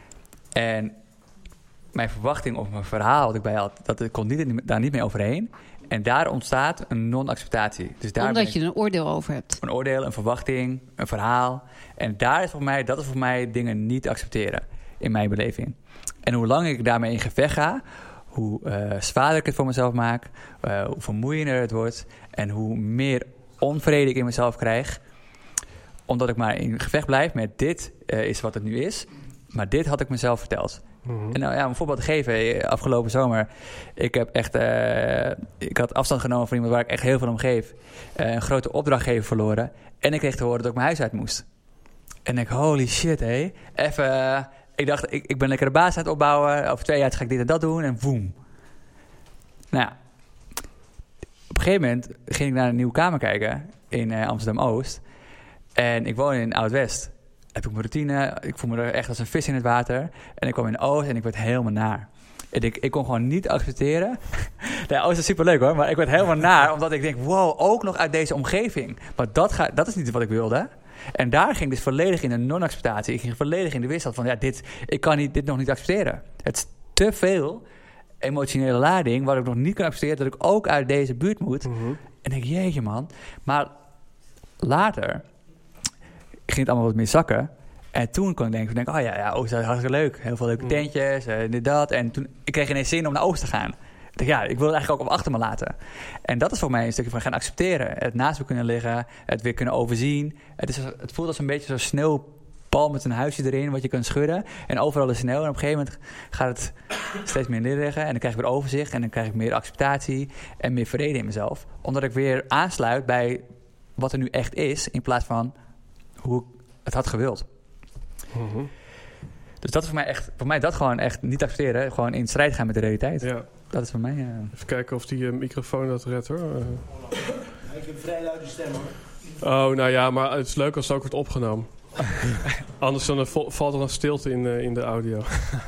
S2: En mijn verwachting of mijn verhaal dat ik bij had, dat ik kon niet, daar niet mee overheen. En daar ontstaat een non-acceptatie. Dus daar
S4: Omdat je er een oordeel over hebt.
S2: Een oordeel, een verwachting, een verhaal. En daar is voor mij, dat is voor mij dingen niet accepteren in mijn beleving. En hoe langer ik daarmee in gevecht ga, hoe uh, zwaarder ik het voor mezelf maak, uh, hoe vermoeiender het wordt en hoe meer onvrede ik in mezelf krijg. Omdat ik maar in gevecht blijf met dit uh, is wat het nu is. Maar dit had ik mezelf verteld. Mm-hmm. En nou ja, om een voorbeeld te geven, afgelopen zomer, ik heb echt, uh, ik had afstand genomen van iemand waar ik echt heel veel om geef. Uh, een grote opdrachtgever verloren. En ik kreeg te horen dat ik mijn huis uit moest. En ik, holy shit, hé. Even, uh, ik dacht, ik, ik ben lekker de baas aan het opbouwen. Over twee jaar ga ik dit en dat doen. En woem. Nou ja. Op een gegeven moment ging ik naar een nieuwe kamer kijken in uh, Amsterdam-Oost. En ik woon in Oud-West. Heb ik mijn routine. Ik voel me er echt als een vis in het water. En ik kwam in Oost en ik werd helemaal naar. En ik, ik kon gewoon niet accepteren. Ja, Oost is superleuk hoor. Maar ik werd helemaal naar. Omdat ik denk, wow, ook nog uit deze omgeving. Maar dat, ga, dat is niet wat ik wilde. En daar ging dus volledig in de non-acceptatie. Ik ging volledig in de weerstand van, ja, dit, ik kan niet, dit nog niet accepteren. Het is te veel emotionele lading, waar ik nog niet kan accepteren dat ik ook uit deze buurt moet. Mm-hmm. En ik denk, jeetje man. Maar later ging het allemaal wat meer zakken. En toen kon ik denken, denk, oh ja, ja, Oost is hartstikke leuk. Heel veel leuke mm. tentjes, uh, dit, dat. En toen ik kreeg ineens zin om naar Oost te gaan. Ik dacht, ja, ik wil het eigenlijk ook op achter me laten. En dat is voor mij een stukje van gaan accepteren. Het naast me kunnen liggen, het weer kunnen overzien. Het, is, het voelt als een beetje zo'n sneeuwbal met een huisje erin, wat je kunt schudden. En overal is sneeuw. En op een gegeven moment gaat het steeds meer neerliggen. En dan krijg ik weer overzicht. En dan krijg ik meer acceptatie en meer vrede in mezelf. Omdat ik weer aansluit bij wat er nu echt is, in plaats van hoe ik het had gewild. Mm-hmm. Dus dat is voor mij echt, voor mij dat gewoon echt niet accepteren. Gewoon in strijd gaan met de realiteit. Ja. Dat is voor mij... Uh...
S1: Even kijken of die uh, microfoon dat redt hoor. Uh...
S5: Ik heb een vrij luide stem hoor.
S1: Oh, nou ja, maar het is leuk als het ook wordt opgenomen. Anders dan, uh, valt er een stilte in, uh, in de audio.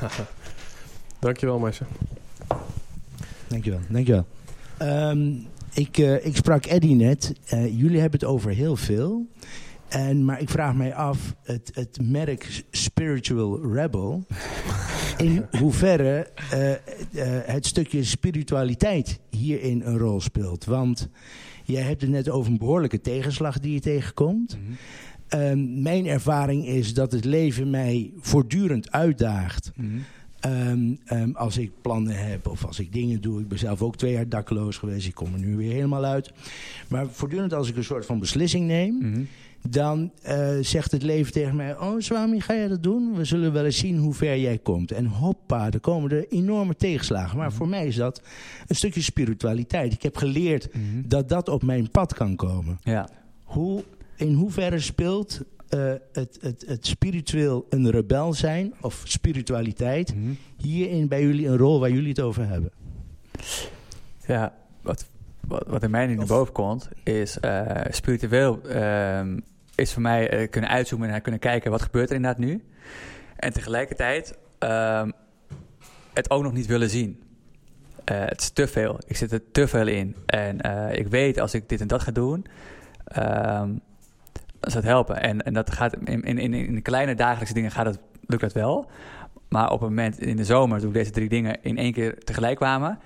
S1: Dankjewel, meisje.
S5: Dankjewel, dankjewel. Um, ik, uh, ik sprak Eddie net. Uh, jullie hebben het over heel veel. En, maar ik vraag mij af, het, het merk Spiritual Rebel, in hoeverre uh, uh, het stukje spiritualiteit hierin een rol speelt. Want jij hebt het net over een behoorlijke tegenslag die je tegenkomt. Mm-hmm. Um, mijn ervaring is dat het leven mij voortdurend uitdaagt. Mm-hmm. Um, um, als ik plannen heb of als ik dingen doe. Ik ben zelf ook twee jaar dakloos geweest. Ik kom er nu weer helemaal uit. Maar voortdurend als ik een soort van beslissing neem... Mm-hmm. Dan uh, zegt het leven tegen mij... Oh, Swami, ga jij dat doen? We zullen wel eens zien hoe ver jij komt. En hoppa, er komen er enorme tegenslagen. Maar mm-hmm. voor mij is dat een stukje spiritualiteit. Ik heb geleerd mm-hmm. dat dat op mijn pad kan komen. Ja. Hoe, in hoeverre speelt uh, het, het, het spiritueel een rebel zijn... of spiritualiteit mm-hmm. hierin bij jullie een rol waar jullie het over hebben?
S2: Ja, wat... Wat in mij nu naar boven komt, is uh, spiritueel uh, is voor mij uh, kunnen uitzoomen en kunnen kijken wat gebeurt er inderdaad nu. En tegelijkertijd uh, het ook nog niet willen zien. Uh, het is te veel. Ik zit er te veel in. En uh, ik weet als ik dit en dat ga doen, uh, dan zal het helpen. En, en dat gaat in, in, in de kleine dagelijkse dingen gaat het, lukt dat wel. Maar op een moment in de zomer, toen deze drie dingen in één keer tegelijk kwamen...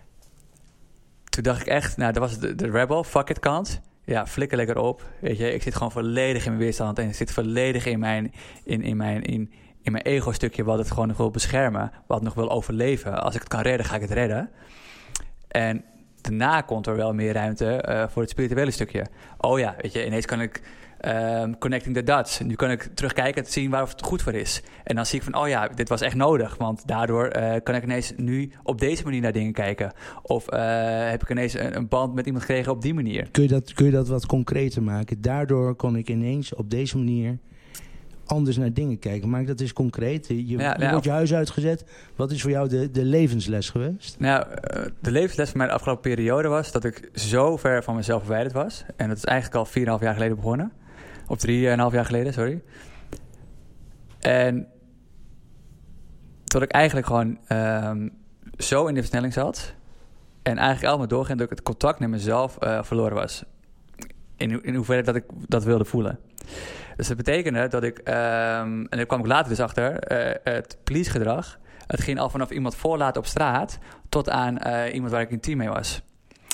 S2: Toen dacht ik echt, nou, dat was de, de rebel, fuck it kant. Ja, flikker lekker op. Weet je, ik zit gewoon volledig in mijn weerstand. En ik zit volledig in mijn, in, in mijn, in, in mijn ego-stukje... wat het gewoon nog wil beschermen. Wat nog wil overleven. Als ik het kan redden, ga ik het redden. En daarna komt er wel meer ruimte uh, voor het spirituele stukje. Oh ja, weet je, ineens kan ik... Um, connecting the dots. Nu kan ik terugkijken en zien waar het goed voor is. En dan zie ik van, oh ja, dit was echt nodig. Want daardoor uh, kan ik ineens nu op deze manier naar dingen kijken. Of uh, heb ik ineens een, een band met iemand gekregen op die manier.
S5: Kun je, dat, kun je dat wat concreter maken? Daardoor kon ik ineens op deze manier anders naar dingen kijken. Maak dat eens concreet. Je, ja, je ja, wordt je huis uitgezet. Wat is voor jou de, de levensles geweest?
S2: Nou, de levensles van mij de afgelopen periode was... dat ik zo ver van mezelf verwijderd was. En dat is eigenlijk al vier en een half jaar geleden begonnen. Of drie en een half jaar geleden, sorry. En tot ik eigenlijk gewoon um, zo in de versnelling zat... en eigenlijk allemaal doorging dat ik het contact met mezelf uh, verloren was. in, in hoeverre dat ik dat wilde voelen. Dus dat betekende dat ik, um, en daar kwam ik later dus achter, uh, het police-gedrag, het ging al vanaf iemand voorlaten op straat tot aan uh, iemand waar ik intiem mee was.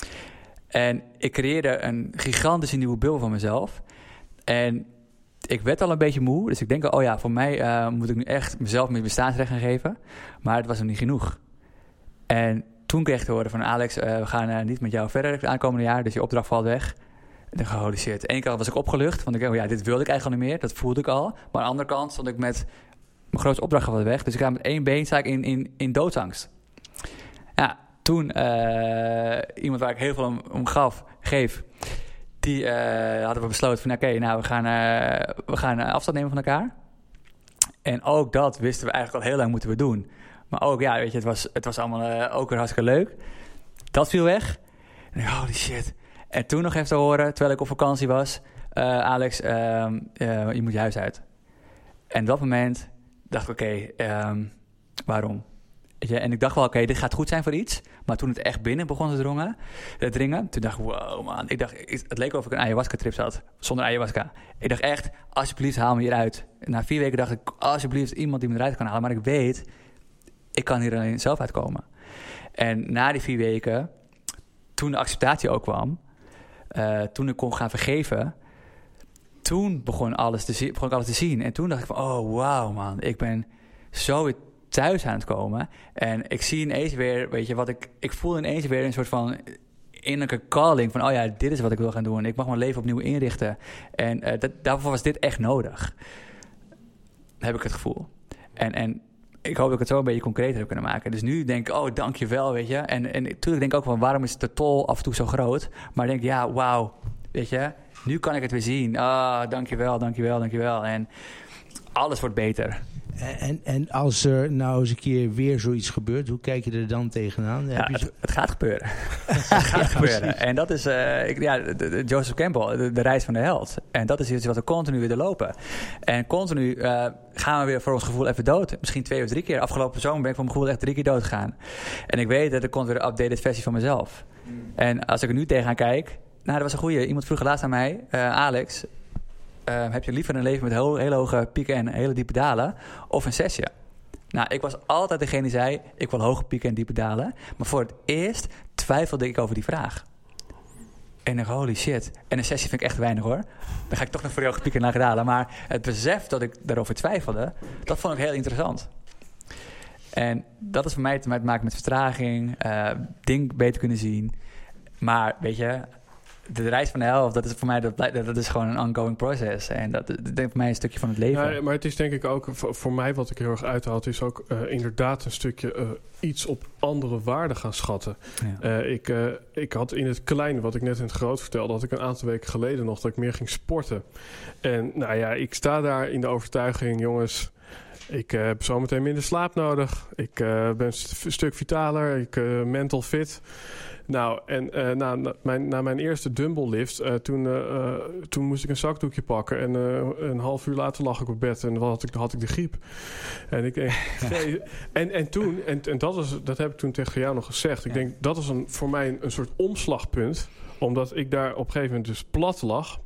S2: En ik creëerde een gigantische nieuwe bubbel van mezelf. En ik werd al een beetje moe, dus ik denk, oh ja, voor mij uh, moet ik nu echt mezelf mijn bestaansrecht gaan geven. Maar het was nog niet genoeg. En toen kreeg ik te horen van Alex, uh, we gaan uh, niet met jou verder het aankomende jaar, dus je opdracht valt weg. En ik dacht, holy shit. Eén keer was ik opgelucht, want ik dacht, oh ja, dit wilde ik eigenlijk al niet meer, dat voelde ik al. Maar aan de andere kant stond ik met mijn grootste opdracht was weg, dus ik ga met één been sta ik in, in, in doodsangst. Ja, toen uh, iemand waar ik heel veel om, om gaf, geef, die uh, hadden we besloten van, oké, okay, nou, we gaan, uh, we gaan uh, afstand nemen van elkaar. En ook dat wisten we eigenlijk al heel lang moeten we doen. Maar ook, ja, weet je, het was, het was allemaal uh, ook weer hartstikke leuk. Dat viel weg. En ik, holy shit. En toen nog even te horen, terwijl ik op vakantie was, uh, Alex, uh, uh, je moet je huis uit. En op dat moment dacht ik, oké, okay, um, waarom? Weet je, en ik dacht wel, oké, okay, dit gaat goed zijn voor iets. Maar toen het echt binnen begon te drongen, te dringen, toen dacht ik, wow man. Ik dacht, het leek of ik een ayahuasca-trip zat, zonder ayahuasca. Ik dacht echt, alsjeblieft, haal me hieruit. En na vier weken dacht ik, alsjeblieft, iemand die me eruit kan halen. Maar ik weet, ik kan hier alleen zelf uitkomen. En na die vier weken, toen de acceptatie ook kwam, uh, toen ik kon gaan vergeven, toen begon, alles te zi- begon ik alles te zien. En toen dacht ik van, oh wauw man, ik ben zo weer thuis aan het komen. En ik zie ineens weer, weet je, wat ik... Ik voel ineens weer een soort van innerlijke calling van, oh ja, dit is wat ik wil gaan doen. Ik mag mijn leven opnieuw inrichten. En uh, dat, daarvoor was dit echt nodig. Heb ik het gevoel. En, en ik hoop dat ik het zo een beetje concreter heb kunnen maken. Dus nu denk ik, oh, dankjewel, weet je. En, en natuurlijk denk ik ook van, waarom is de tol af en toe zo groot? Maar ik denk, ja, wauw, weet je. Nu kan ik het weer zien. Ah, oh, dankjewel, dankjewel, dankjewel. En alles wordt beter.
S5: En, en als er nou eens een keer weer zoiets gebeurt, hoe kijk je er dan tegenaan?
S2: Ja,
S5: Heb je
S2: het,
S5: zo...
S2: het gaat gebeuren. het gaat
S5: ja,
S2: gebeuren.
S5: precies.
S2: En dat is, uh, ik, ja, de, de Joseph Campbell, de, de reis van de held. En dat is iets wat we continu weer lopen. En continu uh, gaan we weer voor ons gevoel even dood. Misschien twee of drie keer. Afgelopen zomer ben ik voor mijn gevoel echt drie keer dood gegaan. En ik weet dat er komt weer een updated versie van mezelf. Mm. En als ik er nu tegenaan kijk, nou, dat was een goeie. Iemand vroeg laatst aan mij, uh, Alex, uh, heb je liever een leven met heel, hele hoge pieken en hele diepe dalen of een sessie? Nou, ik was altijd degene die zei, ik wil hoge pieken en diepe dalen. Maar voor het eerst twijfelde ik over die vraag. En ik dacht, holy shit. En een sessie vind ik echt weinig hoor. Dan ga ik toch nog voor die hoge pieken en lage dalen. Maar het besef dat ik daarover twijfelde, dat vond ik heel interessant. En dat is voor mij te maken met vertraging, uh, dingen beter kunnen zien. Maar weet je, de reis van de helft, dat is voor mij dat, dat is gewoon een ongoing process. En dat, dat denk voor mij een stukje van het leven.
S1: Ja, maar het is denk ik ook, voor, voor mij wat ik heel erg uithaal, het is ook uh, inderdaad een stukje uh, iets op andere waarden gaan schatten. Ja. Uh, ik, uh, ik had in het klein, wat ik net in het groot vertelde, had ik een aantal weken geleden nog dat ik meer ging sporten. En nou ja, ik sta daar in de overtuiging, jongens, ik uh, heb zometeen minder slaap nodig. Ik uh, ben een stuk vitaler, ik uh, mental fit. Nou, en uh, na, na, mijn, na mijn eerste dumbbell lift, uh, toen, uh, uh, toen moest ik een zakdoekje pakken. En uh, een half uur later lag ik op bed en had ik, had ik de griep. En, ik, nee, en, en toen, en, en dat, is, dat heb ik toen tegen jou nog gezegd. Ik denk, dat is een, voor mij een, een soort omslagpunt. Omdat ik daar op een gegeven moment dus plat lag.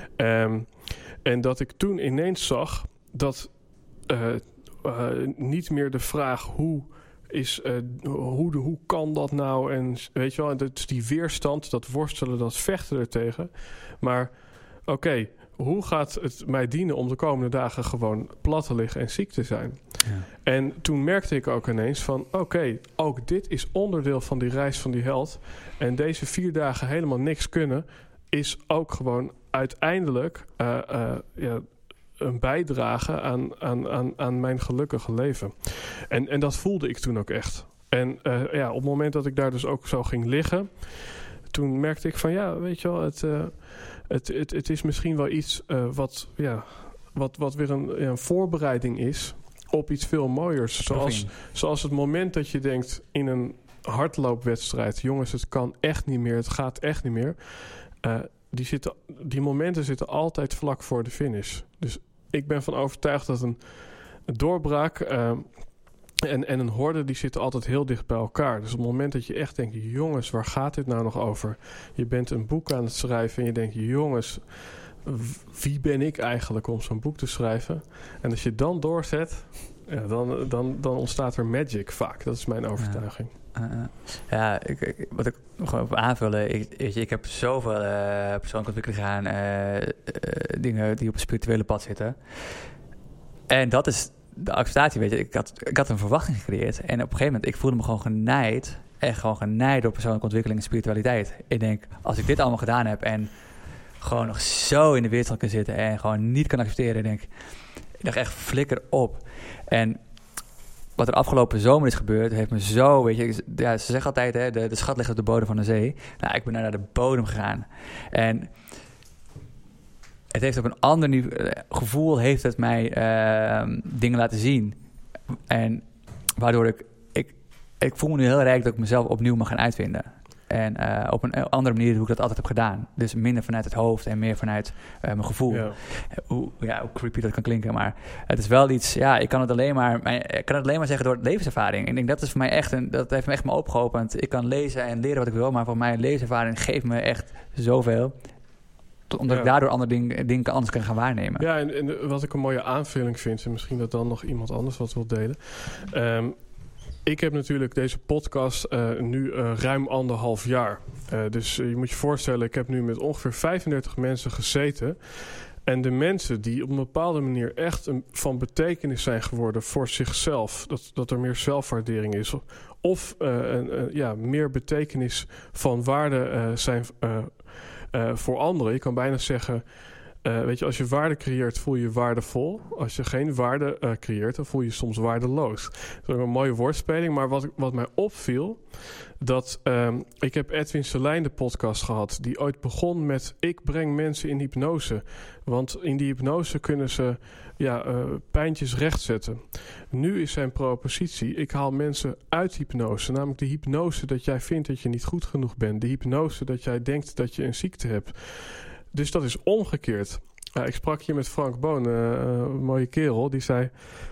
S1: Um, en dat ik toen ineens zag dat uh, uh, niet meer de vraag hoe... is uh, hoe, hoe kan dat nou? En weet je wel, dat is die weerstand, dat worstelen, dat vechten ertegen. Maar oké, okay, hoe gaat het mij dienen om de komende dagen gewoon plat te liggen en ziek te zijn? Ja. En toen merkte ik ook ineens van, oké, okay, ook dit is onderdeel van die reis van die held. En deze vier dagen helemaal niks kunnen, is ook gewoon uiteindelijk uh, uh, ja, een bijdrage aan, aan, aan, aan mijn gelukkige leven. En, en dat voelde ik toen ook echt. En uh, ja, op het moment dat ik daar dus ook zo ging liggen, toen merkte ik van ja, weet je wel, het, uh, het, het, het is misschien wel iets uh, wat, ja, wat, wat weer een, ja, een voorbereiding is op iets veel mooiers. Zoals, zoals het moment dat je denkt in een hardloopwedstrijd, jongens, het kan echt niet meer, het gaat echt niet meer. Uh, die, zitten, die momenten zitten altijd vlak voor de finish. Dus ik ben van overtuigd dat een, een doorbraak uh, En, en een horde die zit altijd heel dicht bij elkaar. Dus op het moment dat je echt denkt, jongens, waar gaat dit nou nog over? Je bent een boek aan het schrijven en je denkt, jongens, wie ben ik eigenlijk om zo'n boek te schrijven? En als je dan doorzet, ja, dan, dan, dan ontstaat er magic vaak. Dat is mijn overtuiging.
S2: Ja, uh, ja ik, ik, wat ik nog op aanvullen, ik, weet je, ik heb zoveel uh, persoonlijke ontwikkeling gedaan, uh, uh, dingen die op een spirituele pad zitten. En dat is de acceptatie, weet je. Ik had, ik had een verwachting gecreëerd. En op een gegeven moment, ik voelde me gewoon genaaid. Echt gewoon genaaid door persoonlijke ontwikkeling en spiritualiteit. Ik denk, als ik dit allemaal gedaan heb en gewoon nog zo in de weerstand kan zitten en gewoon niet kan accepteren, ik denk, ik dacht echt, flikker op. En wat er afgelopen zomer is gebeurd, heeft me zo, weet je, ja, ze zeggen altijd, hè, de, de schat ligt op de bodem van de zee. Nou, ik ben naar de bodem gegaan. En het heeft op een ander niveau, gevoel heeft het mij uh, dingen laten zien. En waardoor ik, ik... Ik voel me nu heel rijk dat ik mezelf opnieuw mag gaan uitvinden. En uh, op een andere manier hoe ik dat altijd heb gedaan. Dus minder vanuit het hoofd en meer vanuit uh, mijn gevoel. Ja. Hoe, ja, hoe creepy dat kan klinken. Maar het is wel iets... Ja, ik kan het alleen maar, ik kan het alleen maar zeggen door levenservaring. En ik denk dat is voor mij echt... Een, dat heeft me echt me opgeopend. Ik kan lezen en leren wat ik wil. Maar voor mij levenservaring geeft me echt zoveel. Omdat ja. ik daardoor andere dingen, dingen anders kan gaan waarnemen.
S1: Ja, en, en wat ik een mooie aanvulling vind... en misschien dat dan nog iemand anders wat wil delen... Um, ik heb natuurlijk deze podcast uh, nu uh, ruim anderhalf jaar. Uh, dus uh, je moet je voorstellen, ik heb nu met ongeveer vijfendertig mensen gezeten. En de mensen die op een bepaalde manier echt een, van betekenis zijn geworden voor zichzelf. Dat, dat er meer zelfwaardering is. Of uh, een, uh, ja, meer betekenis van waarde uh, zijn uh, uh, voor anderen. Je kan bijna zeggen... Uh, weet je, als je waarde creëert, voel je je waardevol. Als je geen waarde uh, creëert, dan voel je je soms waardeloos. Dat is een mooie woordspeling. Maar wat, wat mij opviel, dat um, ik heb Edwin Selijn de podcast gehad, die ooit begon met: ik breng mensen in hypnose. Want in die hypnose kunnen ze ja, uh, pijntjes rechtzetten. Nu is zijn propositie: ik haal mensen uit hypnose. Namelijk de hypnose dat jij vindt dat je niet goed genoeg bent. De hypnose dat jij denkt dat je een ziekte hebt. Dus dat is omgekeerd. Uh, ik sprak hier met Frank Boon, uh, een mooie kerel, die zei...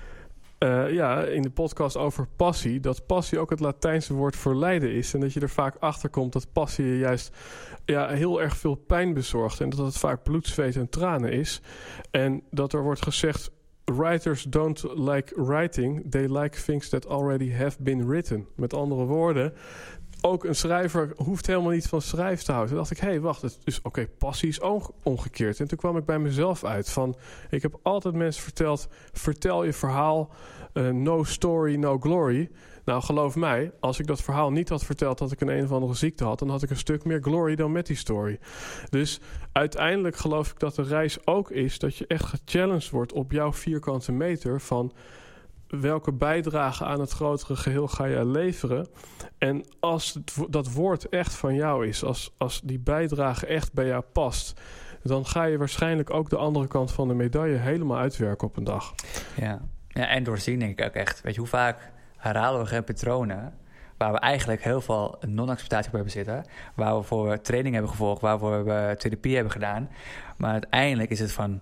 S1: Uh, ja, in de podcast over passie... dat passie ook het Latijnse woord voor lijden is... en dat je er vaak achter komt dat passie je juist ja, heel erg veel pijn bezorgt... en dat het vaak bloed, zweet en tranen is. En dat er wordt gezegd... writers don't like writing... they like things that already have been written. Met andere woorden... ook een schrijver hoeft helemaal niet van schrijven te houden. Toen dacht ik, hé, hey, wacht, het is oké, okay, passie is ook omgekeerd. En toen kwam ik bij mezelf uit van... ik heb altijd mensen verteld, vertel je verhaal, uh, no story, no glory. Nou, geloof mij, als ik dat verhaal niet had verteld... dat ik een een of andere ziekte had... dan had ik een stuk meer glory dan met die story. Dus uiteindelijk geloof ik dat de reis ook is... dat je echt gechallenged wordt op jouw vierkante meter van... welke bijdrage aan het grotere geheel ga je leveren? En als het, dat woord echt van jou is... Als, als die bijdrage echt bij jou past... dan ga je waarschijnlijk ook de andere kant van de medaille... helemaal uitwerken op een dag.
S2: Ja, ja en doorzien denk ik ook echt. Weet je, hoe vaak herhalen we geen patronen... waar we eigenlijk heel veel non-acceptatie op hebben zitten... waar we voor training hebben gevolgd... waarvoor we therapie hebben gedaan... maar uiteindelijk is het van...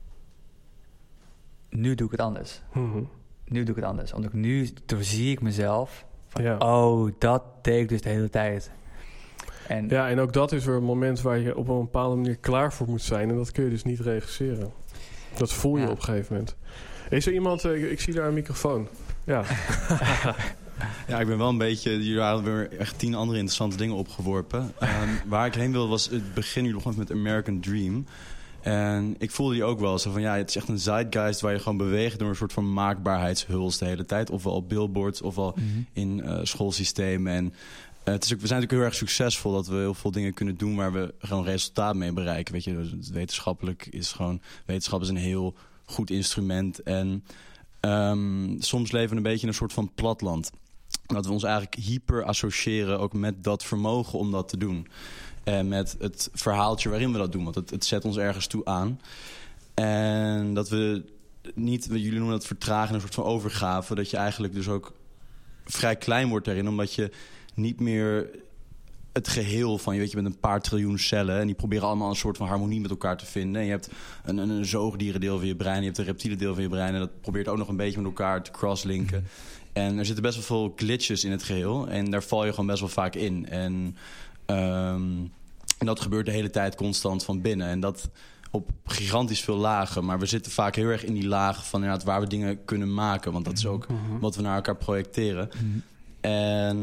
S2: nu doe ik het anders... Mm-hmm. Nu doe ik het anders. Omdat ik nu doorzie ik mezelf. Van, ja. Oh, dat deed ik dus de hele tijd. En
S1: ja, en ook dat is weer een moment waar je op een bepaalde manier klaar voor moet zijn. En dat kun je dus niet regisseren. Dat voel je ja. op een gegeven moment. Is er iemand... Ik, ik zie daar een microfoon. Ja.
S6: Ja, ik ben wel een beetje... Jullie hadden weer echt tien andere interessante dingen opgeworpen. Um, waar ik heen wilde was het begin. Jullie begonnen met American Dream... En ik voelde die ook wel zo van... ja, het is echt een zeitgeist waar je gewoon beweegt... door een soort van maakbaarheidshuls de hele tijd. Ofwel op billboards, ofwel mm-hmm. in uh, schoolsystemen. En uh, het is ook, we zijn natuurlijk heel erg succesvol... dat we heel veel dingen kunnen doen... waar we gewoon resultaat mee bereiken. Weet je, dus wetenschappelijk is gewoon... wetenschap is een heel goed instrument. En um, soms leven we een beetje in een soort van platland. Dat we ons eigenlijk hyper associëren... ook met dat vermogen om dat te doen... En met het verhaaltje waarin we dat doen. Want het, het zet ons ergens toe aan. En dat we niet... Jullie noemen dat vertragen, een soort van overgave. Dat je eigenlijk dus ook vrij klein wordt daarin. Omdat je niet meer het geheel van... Je weet, je bent een paar triljoen cellen... en die proberen allemaal een soort van harmonie met elkaar te vinden. En je hebt een, een, een zoogdierendeel van je brein... je hebt een reptiele deel van je brein... en dat probeert ook nog een beetje met elkaar te crosslinken. En er zitten best wel veel glitches in het geheel. En daar val je gewoon best wel vaak in. En, um, en dat gebeurt de hele tijd constant van binnen. En dat op gigantisch veel lagen. Maar we zitten vaak heel erg in die lagen van inderdaad waar we dingen kunnen maken. Want dat is ook mm-hmm. wat we naar elkaar projecteren. Mm-hmm. En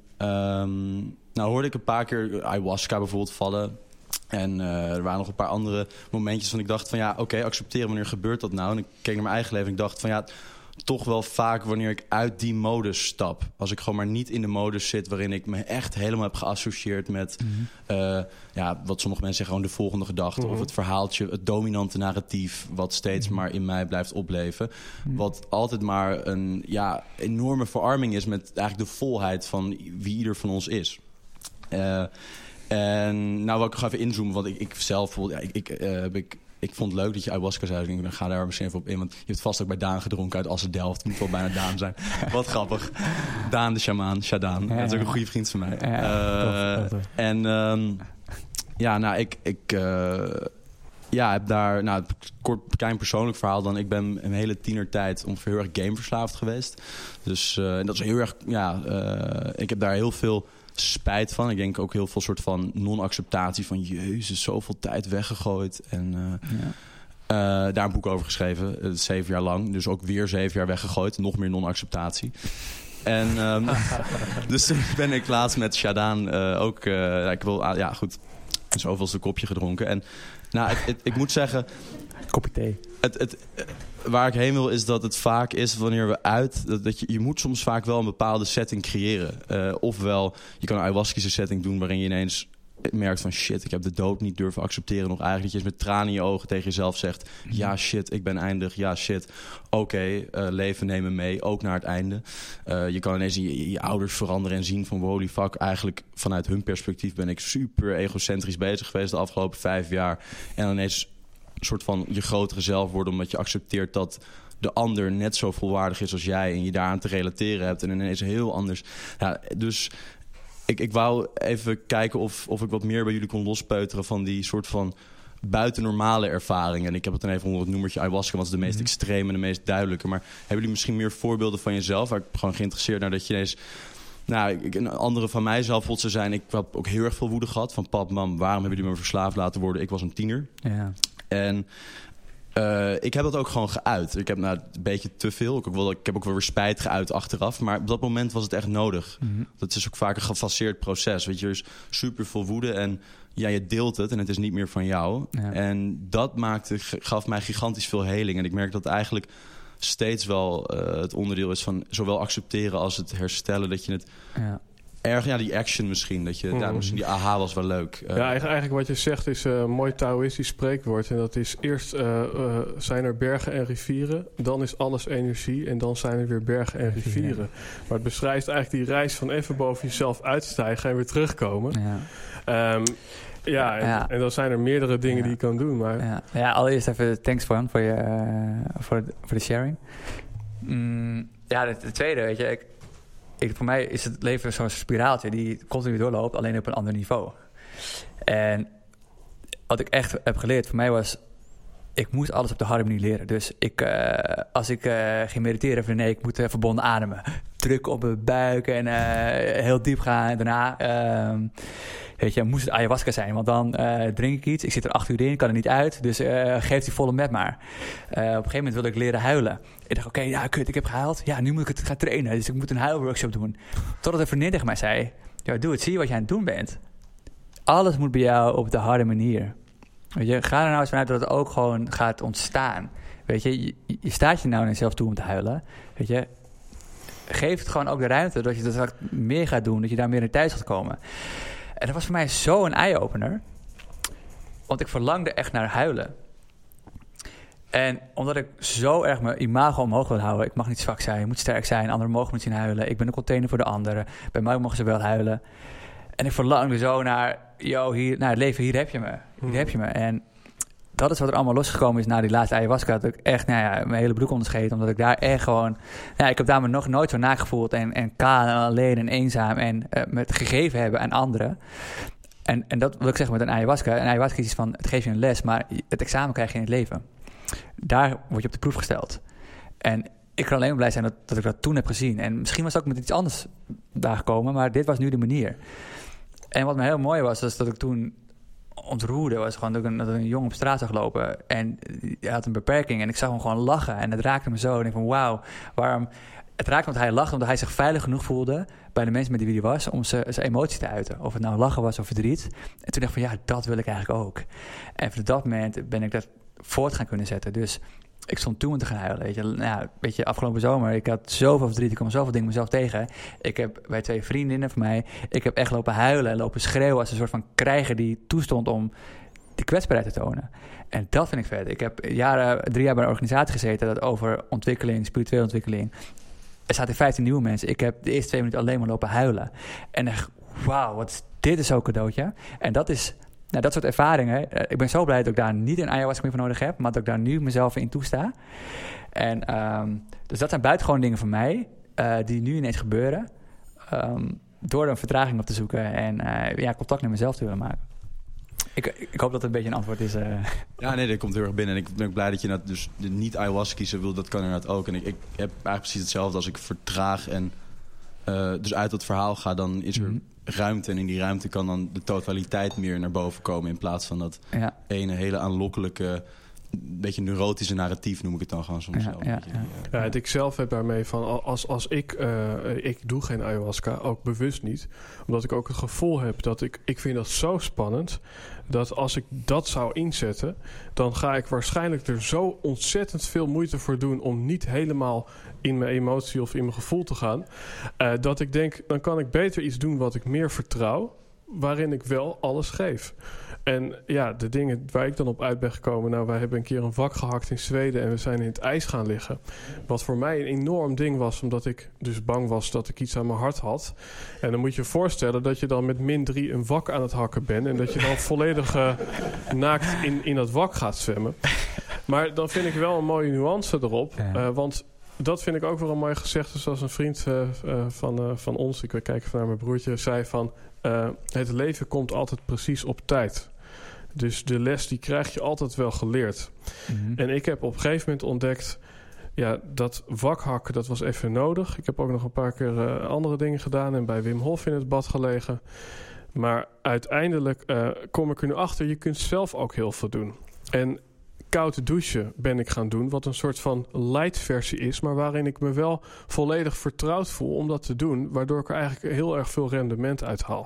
S6: um, nou hoorde ik een paar keer ayahuasca bijvoorbeeld vallen. En uh, er waren nog een paar andere momentjes van ik dacht van ja, oké, okay, accepteren, wanneer gebeurt dat nou? En ik keek naar mijn eigen leven en ik dacht van ja, toch wel vaak wanneer ik uit die modus stap. Als ik gewoon maar niet in de modus zit waarin ik me echt helemaal heb geassocieerd met mm-hmm. uh, ja, wat sommige mensen zeggen, gewoon de volgende gedachte. Mm-hmm. Of het verhaaltje, het dominante narratief wat steeds mm-hmm. maar in mij blijft opleven. Mm-hmm. Wat altijd maar een ja, enorme verarming is met eigenlijk de volheid van wie ieder van ons is. Uh, En nou wil ik nog even inzoomen, want ik, ik zelf, ja, ik, ik, uh, ik, ik vond het leuk dat je ayahuasca zei. Dus ik ga daar misschien even op in, want je hebt vast ook bij Daan gedronken uit Assen-Delft. Het moet wel bijna Daan zijn. Wat grappig. Daan de shamaan, Shadaan. Ja, dat is ook een goede vriend van mij. Ja, uh, tof, tof. En um, ja, nou, ik, ik uh, ja, heb daar, nou, kort, klein persoonlijk verhaal dan. Ik ben een hele tienertijd ongeveer heel erg gameverslaafd geweest. Dus uh, en dat is heel erg, ja, uh, ik heb daar heel veel spijt van. Ik denk ook heel veel soort van non-acceptatie van jezus, zoveel tijd weggegooid. En uh, ja. uh, daar een boek over geschreven. Uh, zeven jaar lang. Dus ook weer zeven jaar weggegooid. Nog meer non-acceptatie. En um, dus toen ben ik laatst met Shadaan uh, ook... Uh, ik wil, uh, ja goed, zoveelste kopje gedronken. En nou, het, het, ik moet zeggen...
S2: Kopje thee.
S6: Het, het, waar ik heen wil is dat het vaak is wanneer we uit... Dat, dat je, je moet soms vaak wel een bepaalde setting creëren. Uh, ofwel, je kan een ayahuasca setting doen waarin je ineens merkt van shit, ik heb de dood niet durven accepteren nog eigenlijk. Dat je eens met tranen in je ogen tegen jezelf zegt, ja shit, ik ben eindig, ja shit. Oké, okay, uh, leven nemen mee, ook naar het einde. Uh, je kan ineens je, je ouders veranderen en zien van holy fuck, eigenlijk vanuit hun perspectief ben ik super egocentrisch bezig geweest de afgelopen vijf jaar. En ineens een soort van je grotere zelf worden, omdat je accepteert dat de ander net zo volwaardig is als jij en je daaraan te relateren hebt en ineens heel anders. Ja, dus ik, ik wou even kijken of, of ik wat meer bij jullie kon lospeuteren van die soort van buitennormale ervaringen. En ik heb het dan even onder het noemertje ayahuasca, want het is de meest mm-hmm. extreme en de meest duidelijke. Maar hebben jullie misschien meer voorbeelden van jezelf, waar ik gewoon geïnteresseerd naar dat je ineens... Nou, ik, een andere van mijzelf voelt ze zijn. Ik heb ook heel erg veel woede gehad van pap, mam, waarom hebben jullie me verslaafd laten worden? Ik was een tiener. Ja. En uh, ik heb dat ook gewoon geuit. Ik heb nou een beetje te veel. Ik, ook wel, ik heb ook wel weer spijt geuit achteraf. Maar op dat moment was het echt nodig. Mm-hmm. Dat is ook vaak een gefaseerd proces. Weet je, er is super veel woede en ja, je deelt het en het is niet meer van jou. Ja. En dat maakte, gaf mij gigantisch veel heling. En ik merk dat eigenlijk steeds wel uh, het onderdeel is van zowel accepteren als het herstellen. Dat je het... Ja. Erg, ja, die action misschien. Dat je, mm. ja, misschien die aha was wel leuk. Uh,
S1: ja, eigenlijk wat je zegt is een uh, mooi Taoïstisch spreekwoord. En dat is eerst uh, uh, zijn er bergen en rivieren. Dan is alles energie. En dan zijn er weer bergen en rivieren. Ja. Maar het beschrijft eigenlijk die reis van even boven jezelf uitstijgen en weer terugkomen. Ja. Um, Ja, en, ja, en dan zijn er meerdere dingen ja. die je kan doen. Maar...
S2: Ja. ja, allereerst even thanks voor, voor, je, uh, voor, de, voor de sharing. Mm, ja, de, de tweede, weet je... Ik, ik, voor mij is het leven zo'n spiraaltje die continu doorloopt, alleen op een ander niveau. En wat ik echt heb geleerd, voor mij was... Ik moest alles op de harde manier leren. Dus ik, uh, als ik uh, ging mediteren, van nee, ik moet uh, verbonden ademen. Druk op mijn buik en uh, heel diep gaan. En daarna... Uh, Weet je, moest het ayahuasca zijn, want dan uh, drink ik iets. Ik zit er acht uur in, kan er niet uit. Dus uh, geef die volle met maar. Uh, op een gegeven moment wilde ik leren huilen. Ik dacht, oké, okay, ja, kut, ik heb gehuild. Ja, nu moet ik het gaan trainen. Dus ik moet een huilworkshop doen. Totdat een vriendin tegen mij zei... Ja, doe het, zie je wat je aan het doen bent. Alles moet bij jou op de harde manier. Weet je, ga er nou eens vanuit dat het ook gewoon gaat ontstaan. Weet je, je, je staat je nou in jezelf toe om te huilen. Weet je, geef het gewoon ook de ruimte dat je dat meer gaat doen. Dat je daar meer in thuis gaat komen. En dat was voor mij zo'n eye-opener. Want ik verlangde echt naar huilen. En omdat ik zo erg mijn imago omhoog wil houden... ik mag niet zwak zijn, ik moet sterk zijn... anderen mogen me zien huilen. Ik ben een container voor de anderen. Bij mij mogen ze wel huilen. En ik verlangde zo naar... yo, hier, naar het leven, hier heb je me. Hier hmm. heb je me. En dat is wat er allemaal losgekomen is na die laatste ayahuasca. Dat ik echt nou ja, mijn hele broek onderscheed. Omdat ik daar echt gewoon... Nou, ik heb daar me nog nooit zo nagevoeld. En, en kaal en alleen en eenzaam. En uh, met gegeven hebben aan anderen. En, en dat wil ik zeggen met een ayahuasca. Een ayahuasca is iets van, het geeft je een les. Maar het examen krijg je in het leven. Daar word je op de proef gesteld. En ik kan alleen maar blij zijn dat, dat ik dat toen heb gezien. En misschien was het ook met iets anders daar gekomen, maar dit was nu de manier. En wat me heel mooi was, was dat ik toen ontroerde, was gewoon dat ik een, dat ik een jongen op straat zag lopen en hij had een beperking en ik zag hem gewoon lachen en het raakte me zo. En ik van wauw, waarom... Het raakte omdat hij lachte, omdat hij zich veilig genoeg voelde bij de mensen met wie hij was om zijn emotie te uiten. Of het nou lachen was of verdriet. En toen dacht ik van ja, dat wil ik eigenlijk ook. En vanaf dat moment ben ik dat voort gaan kunnen zetten. Dus ik stond toen te gaan huilen. Weet je, nou ja, weet je, afgelopen zomer, ik had zoveel verdriet, ik kwam zoveel dingen mezelf tegen. Ik heb bij twee vriendinnen van mij, ik heb echt lopen huilen en lopen schreeuwen als een soort van krijger die toestond om die kwetsbaarheid te tonen. En dat vind ik vet. Ik heb jaren, drie jaar bij een organisatie gezeten dat over ontwikkeling, spirituele ontwikkeling. Er zaten vijftien nieuwe mensen. Ik heb de eerste twee minuten alleen maar lopen huilen. En echt, wauw, wat is dit is zo'n cadeautje. En dat is, nou, dat soort ervaringen. Ik ben zo blij dat ik daar niet een ayahuasca meer voor nodig heb, maar dat ik daar nu mezelf in toesta. En um, dus dat zijn buitengewoon dingen voor mij, uh, die nu ineens gebeuren. Um, door een vertraging op te zoeken en uh, ja, contact met mezelf te willen maken. Ik, ik hoop dat het een beetje een antwoord is. Uh.
S6: Ja, nee, dat komt heel erg binnen. En ik ben ook blij dat je dat dus niet ayahuasca kiezen wil. Dat kan inderdaad ook. En ik, ik heb eigenlijk precies hetzelfde. Als ik vertraag en uh, dus uit het verhaal ga, dan is er mm-hmm. ruimte. En in die ruimte kan dan de totaliteit meer naar boven komen. In plaats van dat ja. ene hele aanlokkelijke, een beetje neurotische narratief, noem ik het dan gewoon soms.
S2: Ja,
S6: zelf.
S2: ja, ja.
S1: Ja, en ik zelf heb daarmee van, als, als ik, uh, ik doe geen ayahuasca, ook bewust niet. Omdat ik ook het gevoel heb dat ik, ik vind dat zo spannend, dat als ik dat zou inzetten, dan ga ik waarschijnlijk er zo ontzettend veel moeite voor doen om niet helemaal in mijn emotie of in mijn gevoel te gaan. Uh, dat ik denk, dan kan ik beter iets doen wat ik meer vertrouw, waarin ik wel alles geef. En ja, de dingen waar ik dan op uit ben gekomen, nou, wij hebben een keer een wak gehakt in Zweden en we zijn in het ijs gaan liggen. Wat voor mij een enorm ding was, omdat ik dus bang was dat ik iets aan mijn hart had. En dan moet je je voorstellen dat je dan met min drie een wak aan het hakken bent en dat je dan volledig uh, naakt in, in dat wak gaat zwemmen. Maar dan vind ik wel een mooie nuance erop, uh, want dat vind ik ook wel een mooi gezegde, zoals een vriend uh, uh, van, uh, van ons, ik wil kijken naar mijn broertje, zei van, uh, het leven komt altijd precies op tijd. Dus de les die krijg je altijd wel geleerd. Mm-hmm. En ik heb op een gegeven moment ontdekt, ja, dat wakhakken, dat was even nodig. Ik heb ook nog een paar keer uh, andere dingen gedaan en bij Wim Hof in het bad gelegen. Maar uiteindelijk uh, kom ik er nu achter, je kunt zelf ook heel veel doen. En koud douchen ben ik gaan doen, wat een soort van light versie is, maar waarin ik me wel volledig vertrouwd voel om dat te doen, waardoor ik er eigenlijk heel erg veel rendement uit haal.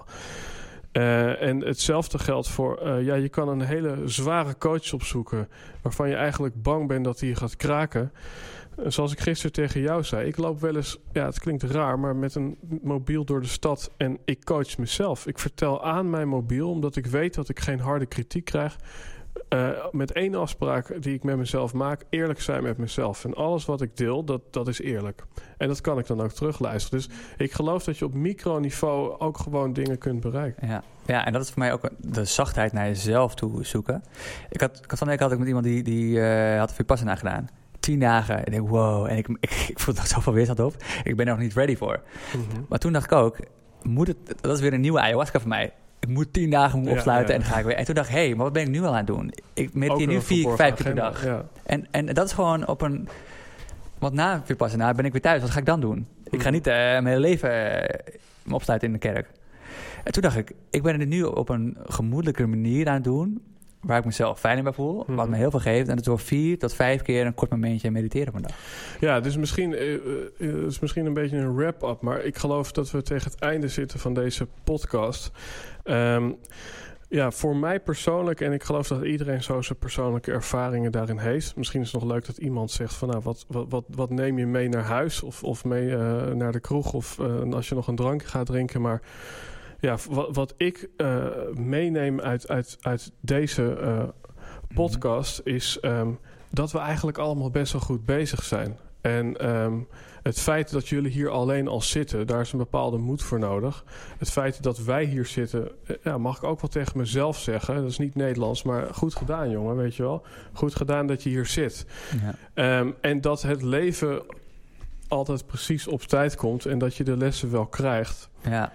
S1: Uh, en hetzelfde geldt voor, uh, ja, je kan een hele zware coach opzoeken waarvan je eigenlijk bang bent dat hij gaat kraken. Uh, zoals ik gisteren tegen jou zei, ik loop wel eens, ja, het klinkt raar, maar met een mobiel door de stad en ik coach mezelf. Ik vertel aan mijn mobiel, omdat ik weet dat ik geen harde kritiek krijg. Uh, met één afspraak die ik met mezelf maak, eerlijk zijn met mezelf. En alles wat ik deel, dat, dat is eerlijk. En dat kan ik dan ook terugluisteren. Dus ik geloof dat je op microniveau ook gewoon dingen kunt bereiken.
S2: Ja, ja, en dat is voor mij ook de zachtheid naar jezelf toe zoeken. Ik had, ik had van de week had ik met iemand die, die uh, had Vipassana gedaan. Tien dagen. Ik denk, wow. En ik, ik, ik voel er zoveel weerstand op. Ik ben er nog niet ready voor. Mm-hmm. Maar toen dacht ik ook, moet het, dat is weer een nieuwe ayahuasca voor mij. Ik moet tien dagen moet opsluiten ja, ja. en dan ga ik weer. En toen dacht ik, hé, hey, maar wat ben ik nu al aan het doen? Ik mediteer nu vier, vijf keer per dag. Ja. En, en dat is gewoon op een... Want na Vipassana ben ik weer thuis. Wat ga ik dan doen? Mm. Ik ga niet uh, mijn hele leven uh, opsluiten in de kerk. En toen dacht ik, ik ben het nu op een gemoedelijke manier aan het doen, waar ik mezelf fijn bij voel, mm. wat me heel veel geeft. En dat door vier tot vijf keer een kort momentje mediteren per dag.
S1: Ja, dus misschien, uh, uh, is misschien een beetje een wrap-up, maar ik geloof dat we tegen het einde zitten van deze podcast. Um, ja, voor mij persoonlijk, en ik geloof dat iedereen zo zijn persoonlijke ervaringen daarin heeft. Misschien is het nog leuk dat iemand zegt van, nou, wat, wat, wat, wat neem je mee naar huis of, of mee uh, naar de kroeg of uh, als je nog een drankje gaat drinken, maar ja, wat, wat ik uh, meeneem uit, uit, uit deze uh, podcast mm-hmm. is um, dat we eigenlijk allemaal best wel goed bezig zijn. En um, het feit dat jullie hier alleen al zitten, daar is een bepaalde moed voor nodig. Het feit dat wij hier zitten, ja, mag ik ook wel tegen mezelf zeggen. Dat is niet Nederlands, maar goed gedaan, jongen, weet je wel. Goed gedaan dat je hier zit. Ja. Um, en dat het leven altijd precies op tijd komt en dat je de lessen wel krijgt.
S2: Ja.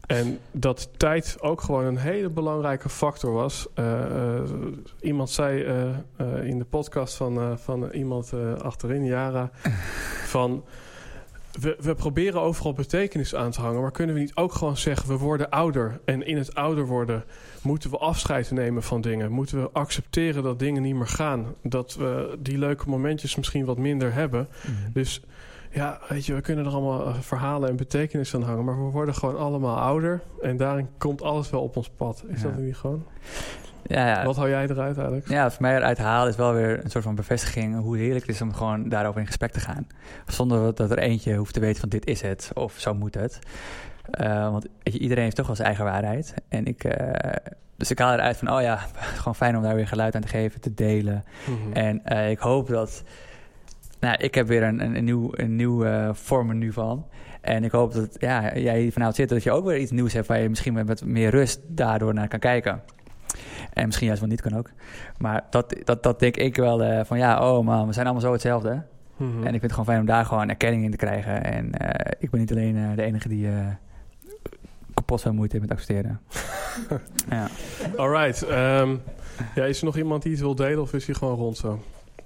S1: En dat tijd ook gewoon een hele belangrijke factor was. Uh, uh, iemand zei uh, uh, in de podcast van, uh, van iemand uh, achterin, Yara, van... We, we proberen overal betekenis aan te hangen, maar kunnen we niet ook gewoon zeggen, we worden ouder. En in het ouder worden moeten we afscheid nemen van dingen. Moeten we accepteren dat dingen niet meer gaan. Dat we die leuke momentjes misschien wat minder hebben. Mm-hmm. Dus ja, weet je, we kunnen er allemaal verhalen en betekenis aan hangen, maar we worden gewoon allemaal ouder. En daarin komt alles wel op ons pad. Is ja. dat niet gewoon?
S2: Ja, ja.
S1: Wat hou jij eruit, Alex?
S2: Ja, voor mij eruit halen is wel weer een soort van bevestiging hoe heerlijk het is om gewoon daarover in gesprek te gaan. Zonder dat er eentje hoeft te weten van dit is het of zo moet het. Uh, want weet je, iedereen heeft toch wel zijn eigen waarheid. En ik, uh, dus ik haal eruit van, oh ja, gewoon fijn om daar weer geluid aan te geven, te delen. Mm-hmm. En uh, ik hoop dat... Nou, ik heb weer een, een, een nieuw, een nieuw uh, vorm nu van. En ik hoop dat ja, jij vanavond zit, dat je ook weer iets nieuws hebt waar je misschien met, met meer rust daardoor naar kan kijken. En misschien juist wel niet kan ook. Maar dat, dat, dat denk ik wel uh, van ja, oh man, we zijn allemaal zo hetzelfde. Mm-hmm. En ik vind het gewoon fijn om daar gewoon erkenning in te krijgen. En uh, ik ben niet alleen uh, de enige die uh, kapot veel moeite heeft met accepteren. Ja.
S1: Alright. Um, ja, is er nog iemand die iets wil delen of is hij gewoon rond zo?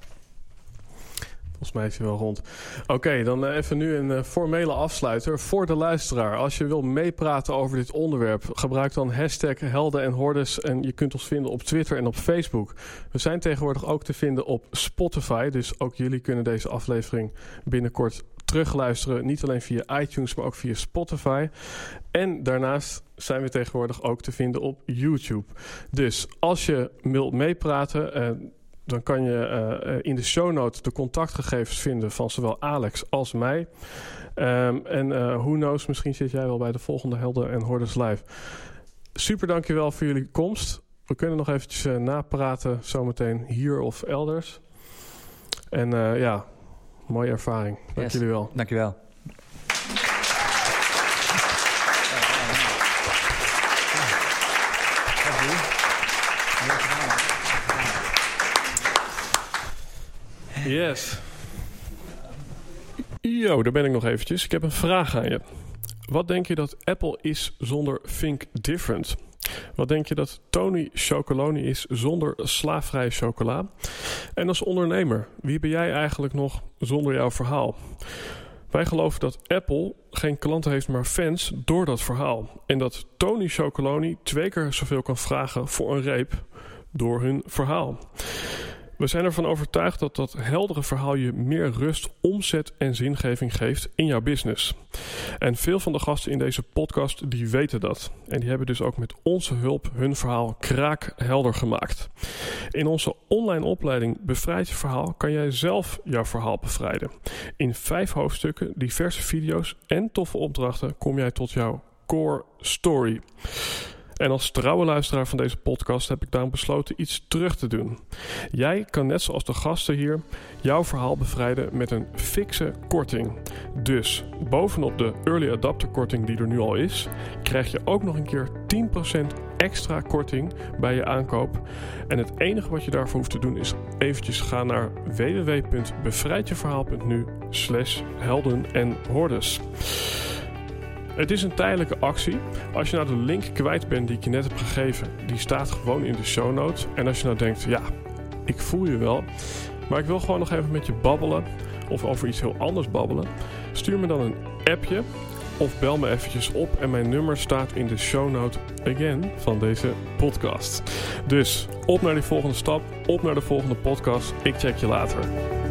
S1: Volgens mij is hij wel rond. Oké, okay, dan even nu een uh, formele afsluiter. Voor de luisteraar, als je wil meepraten over dit onderwerp, gebruik dan hashtag Helden en Hordes. En je kunt ons vinden op Twitter en op Facebook. We zijn tegenwoordig ook te vinden op Spotify. Dus ook jullie kunnen deze aflevering binnenkort terugluisteren. Niet alleen via iTunes, maar ook via Spotify. En daarnaast zijn we tegenwoordig ook te vinden op YouTube. Dus als je wilt meepraten... Uh, dan kan je uh, in de show notes de contactgegevens vinden van zowel Alex als mij. Um, en uh, who knows, misschien zit jij wel bij de volgende Helden en Hordes Live. Super dankjewel voor jullie komst. We kunnen nog eventjes uh, napraten zometeen hier of elders. En uh, ja, mooie ervaring. Dank yes. jullie wel.
S2: Dankjewel.
S1: Yes. Yo, daar ben ik nog eventjes. Ik heb een vraag aan je. Wat denk je dat Apple is zonder Think Different? Wat denk je dat Tony Chocolonely is zonder slaafvrije chocola? En als ondernemer, wie ben jij eigenlijk nog zonder jouw verhaal? Wij geloven dat Apple geen klanten heeft, maar fans door dat verhaal. En dat Tony Chocolonely twee keer zoveel kan vragen voor een reep door hun verhaal. We zijn ervan overtuigd dat dat heldere verhaal je meer rust, omzet en zingeving geeft in jouw business. En veel van de gasten in deze podcast die weten dat. En die hebben dus ook met onze hulp hun verhaal kraakhelder gemaakt. In onze online opleiding Bevrijd je verhaal kan jij zelf jouw verhaal bevrijden. In vijf hoofdstukken, diverse video's en toffe opdrachten kom jij tot jouw core story. En als trouwe luisteraar van deze podcast heb ik daarom besloten iets terug te doen. Jij kan net zoals de gasten hier jouw verhaal bevrijden met een fikse korting. Dus bovenop de early adapter korting die er nu al is, krijg je ook nog een keer tien procent extra korting bij je aankoop. En het enige wat je daarvoor hoeft te doen is eventjes gaan naar w w w punt bevrijdjeverhaal punt n u slash helden en hordes. Het is een tijdelijke actie. Als je nou de link kwijt bent die ik je net heb gegeven, die staat gewoon in de show notes. En als je nou denkt, ja, ik voel je wel, maar ik wil gewoon nog even met je babbelen of over iets heel anders babbelen, stuur me dan een appje of bel me eventjes op en mijn nummer staat in de show note again van deze podcast. Dus op naar die volgende stap, op naar de volgende podcast. Ik check je later.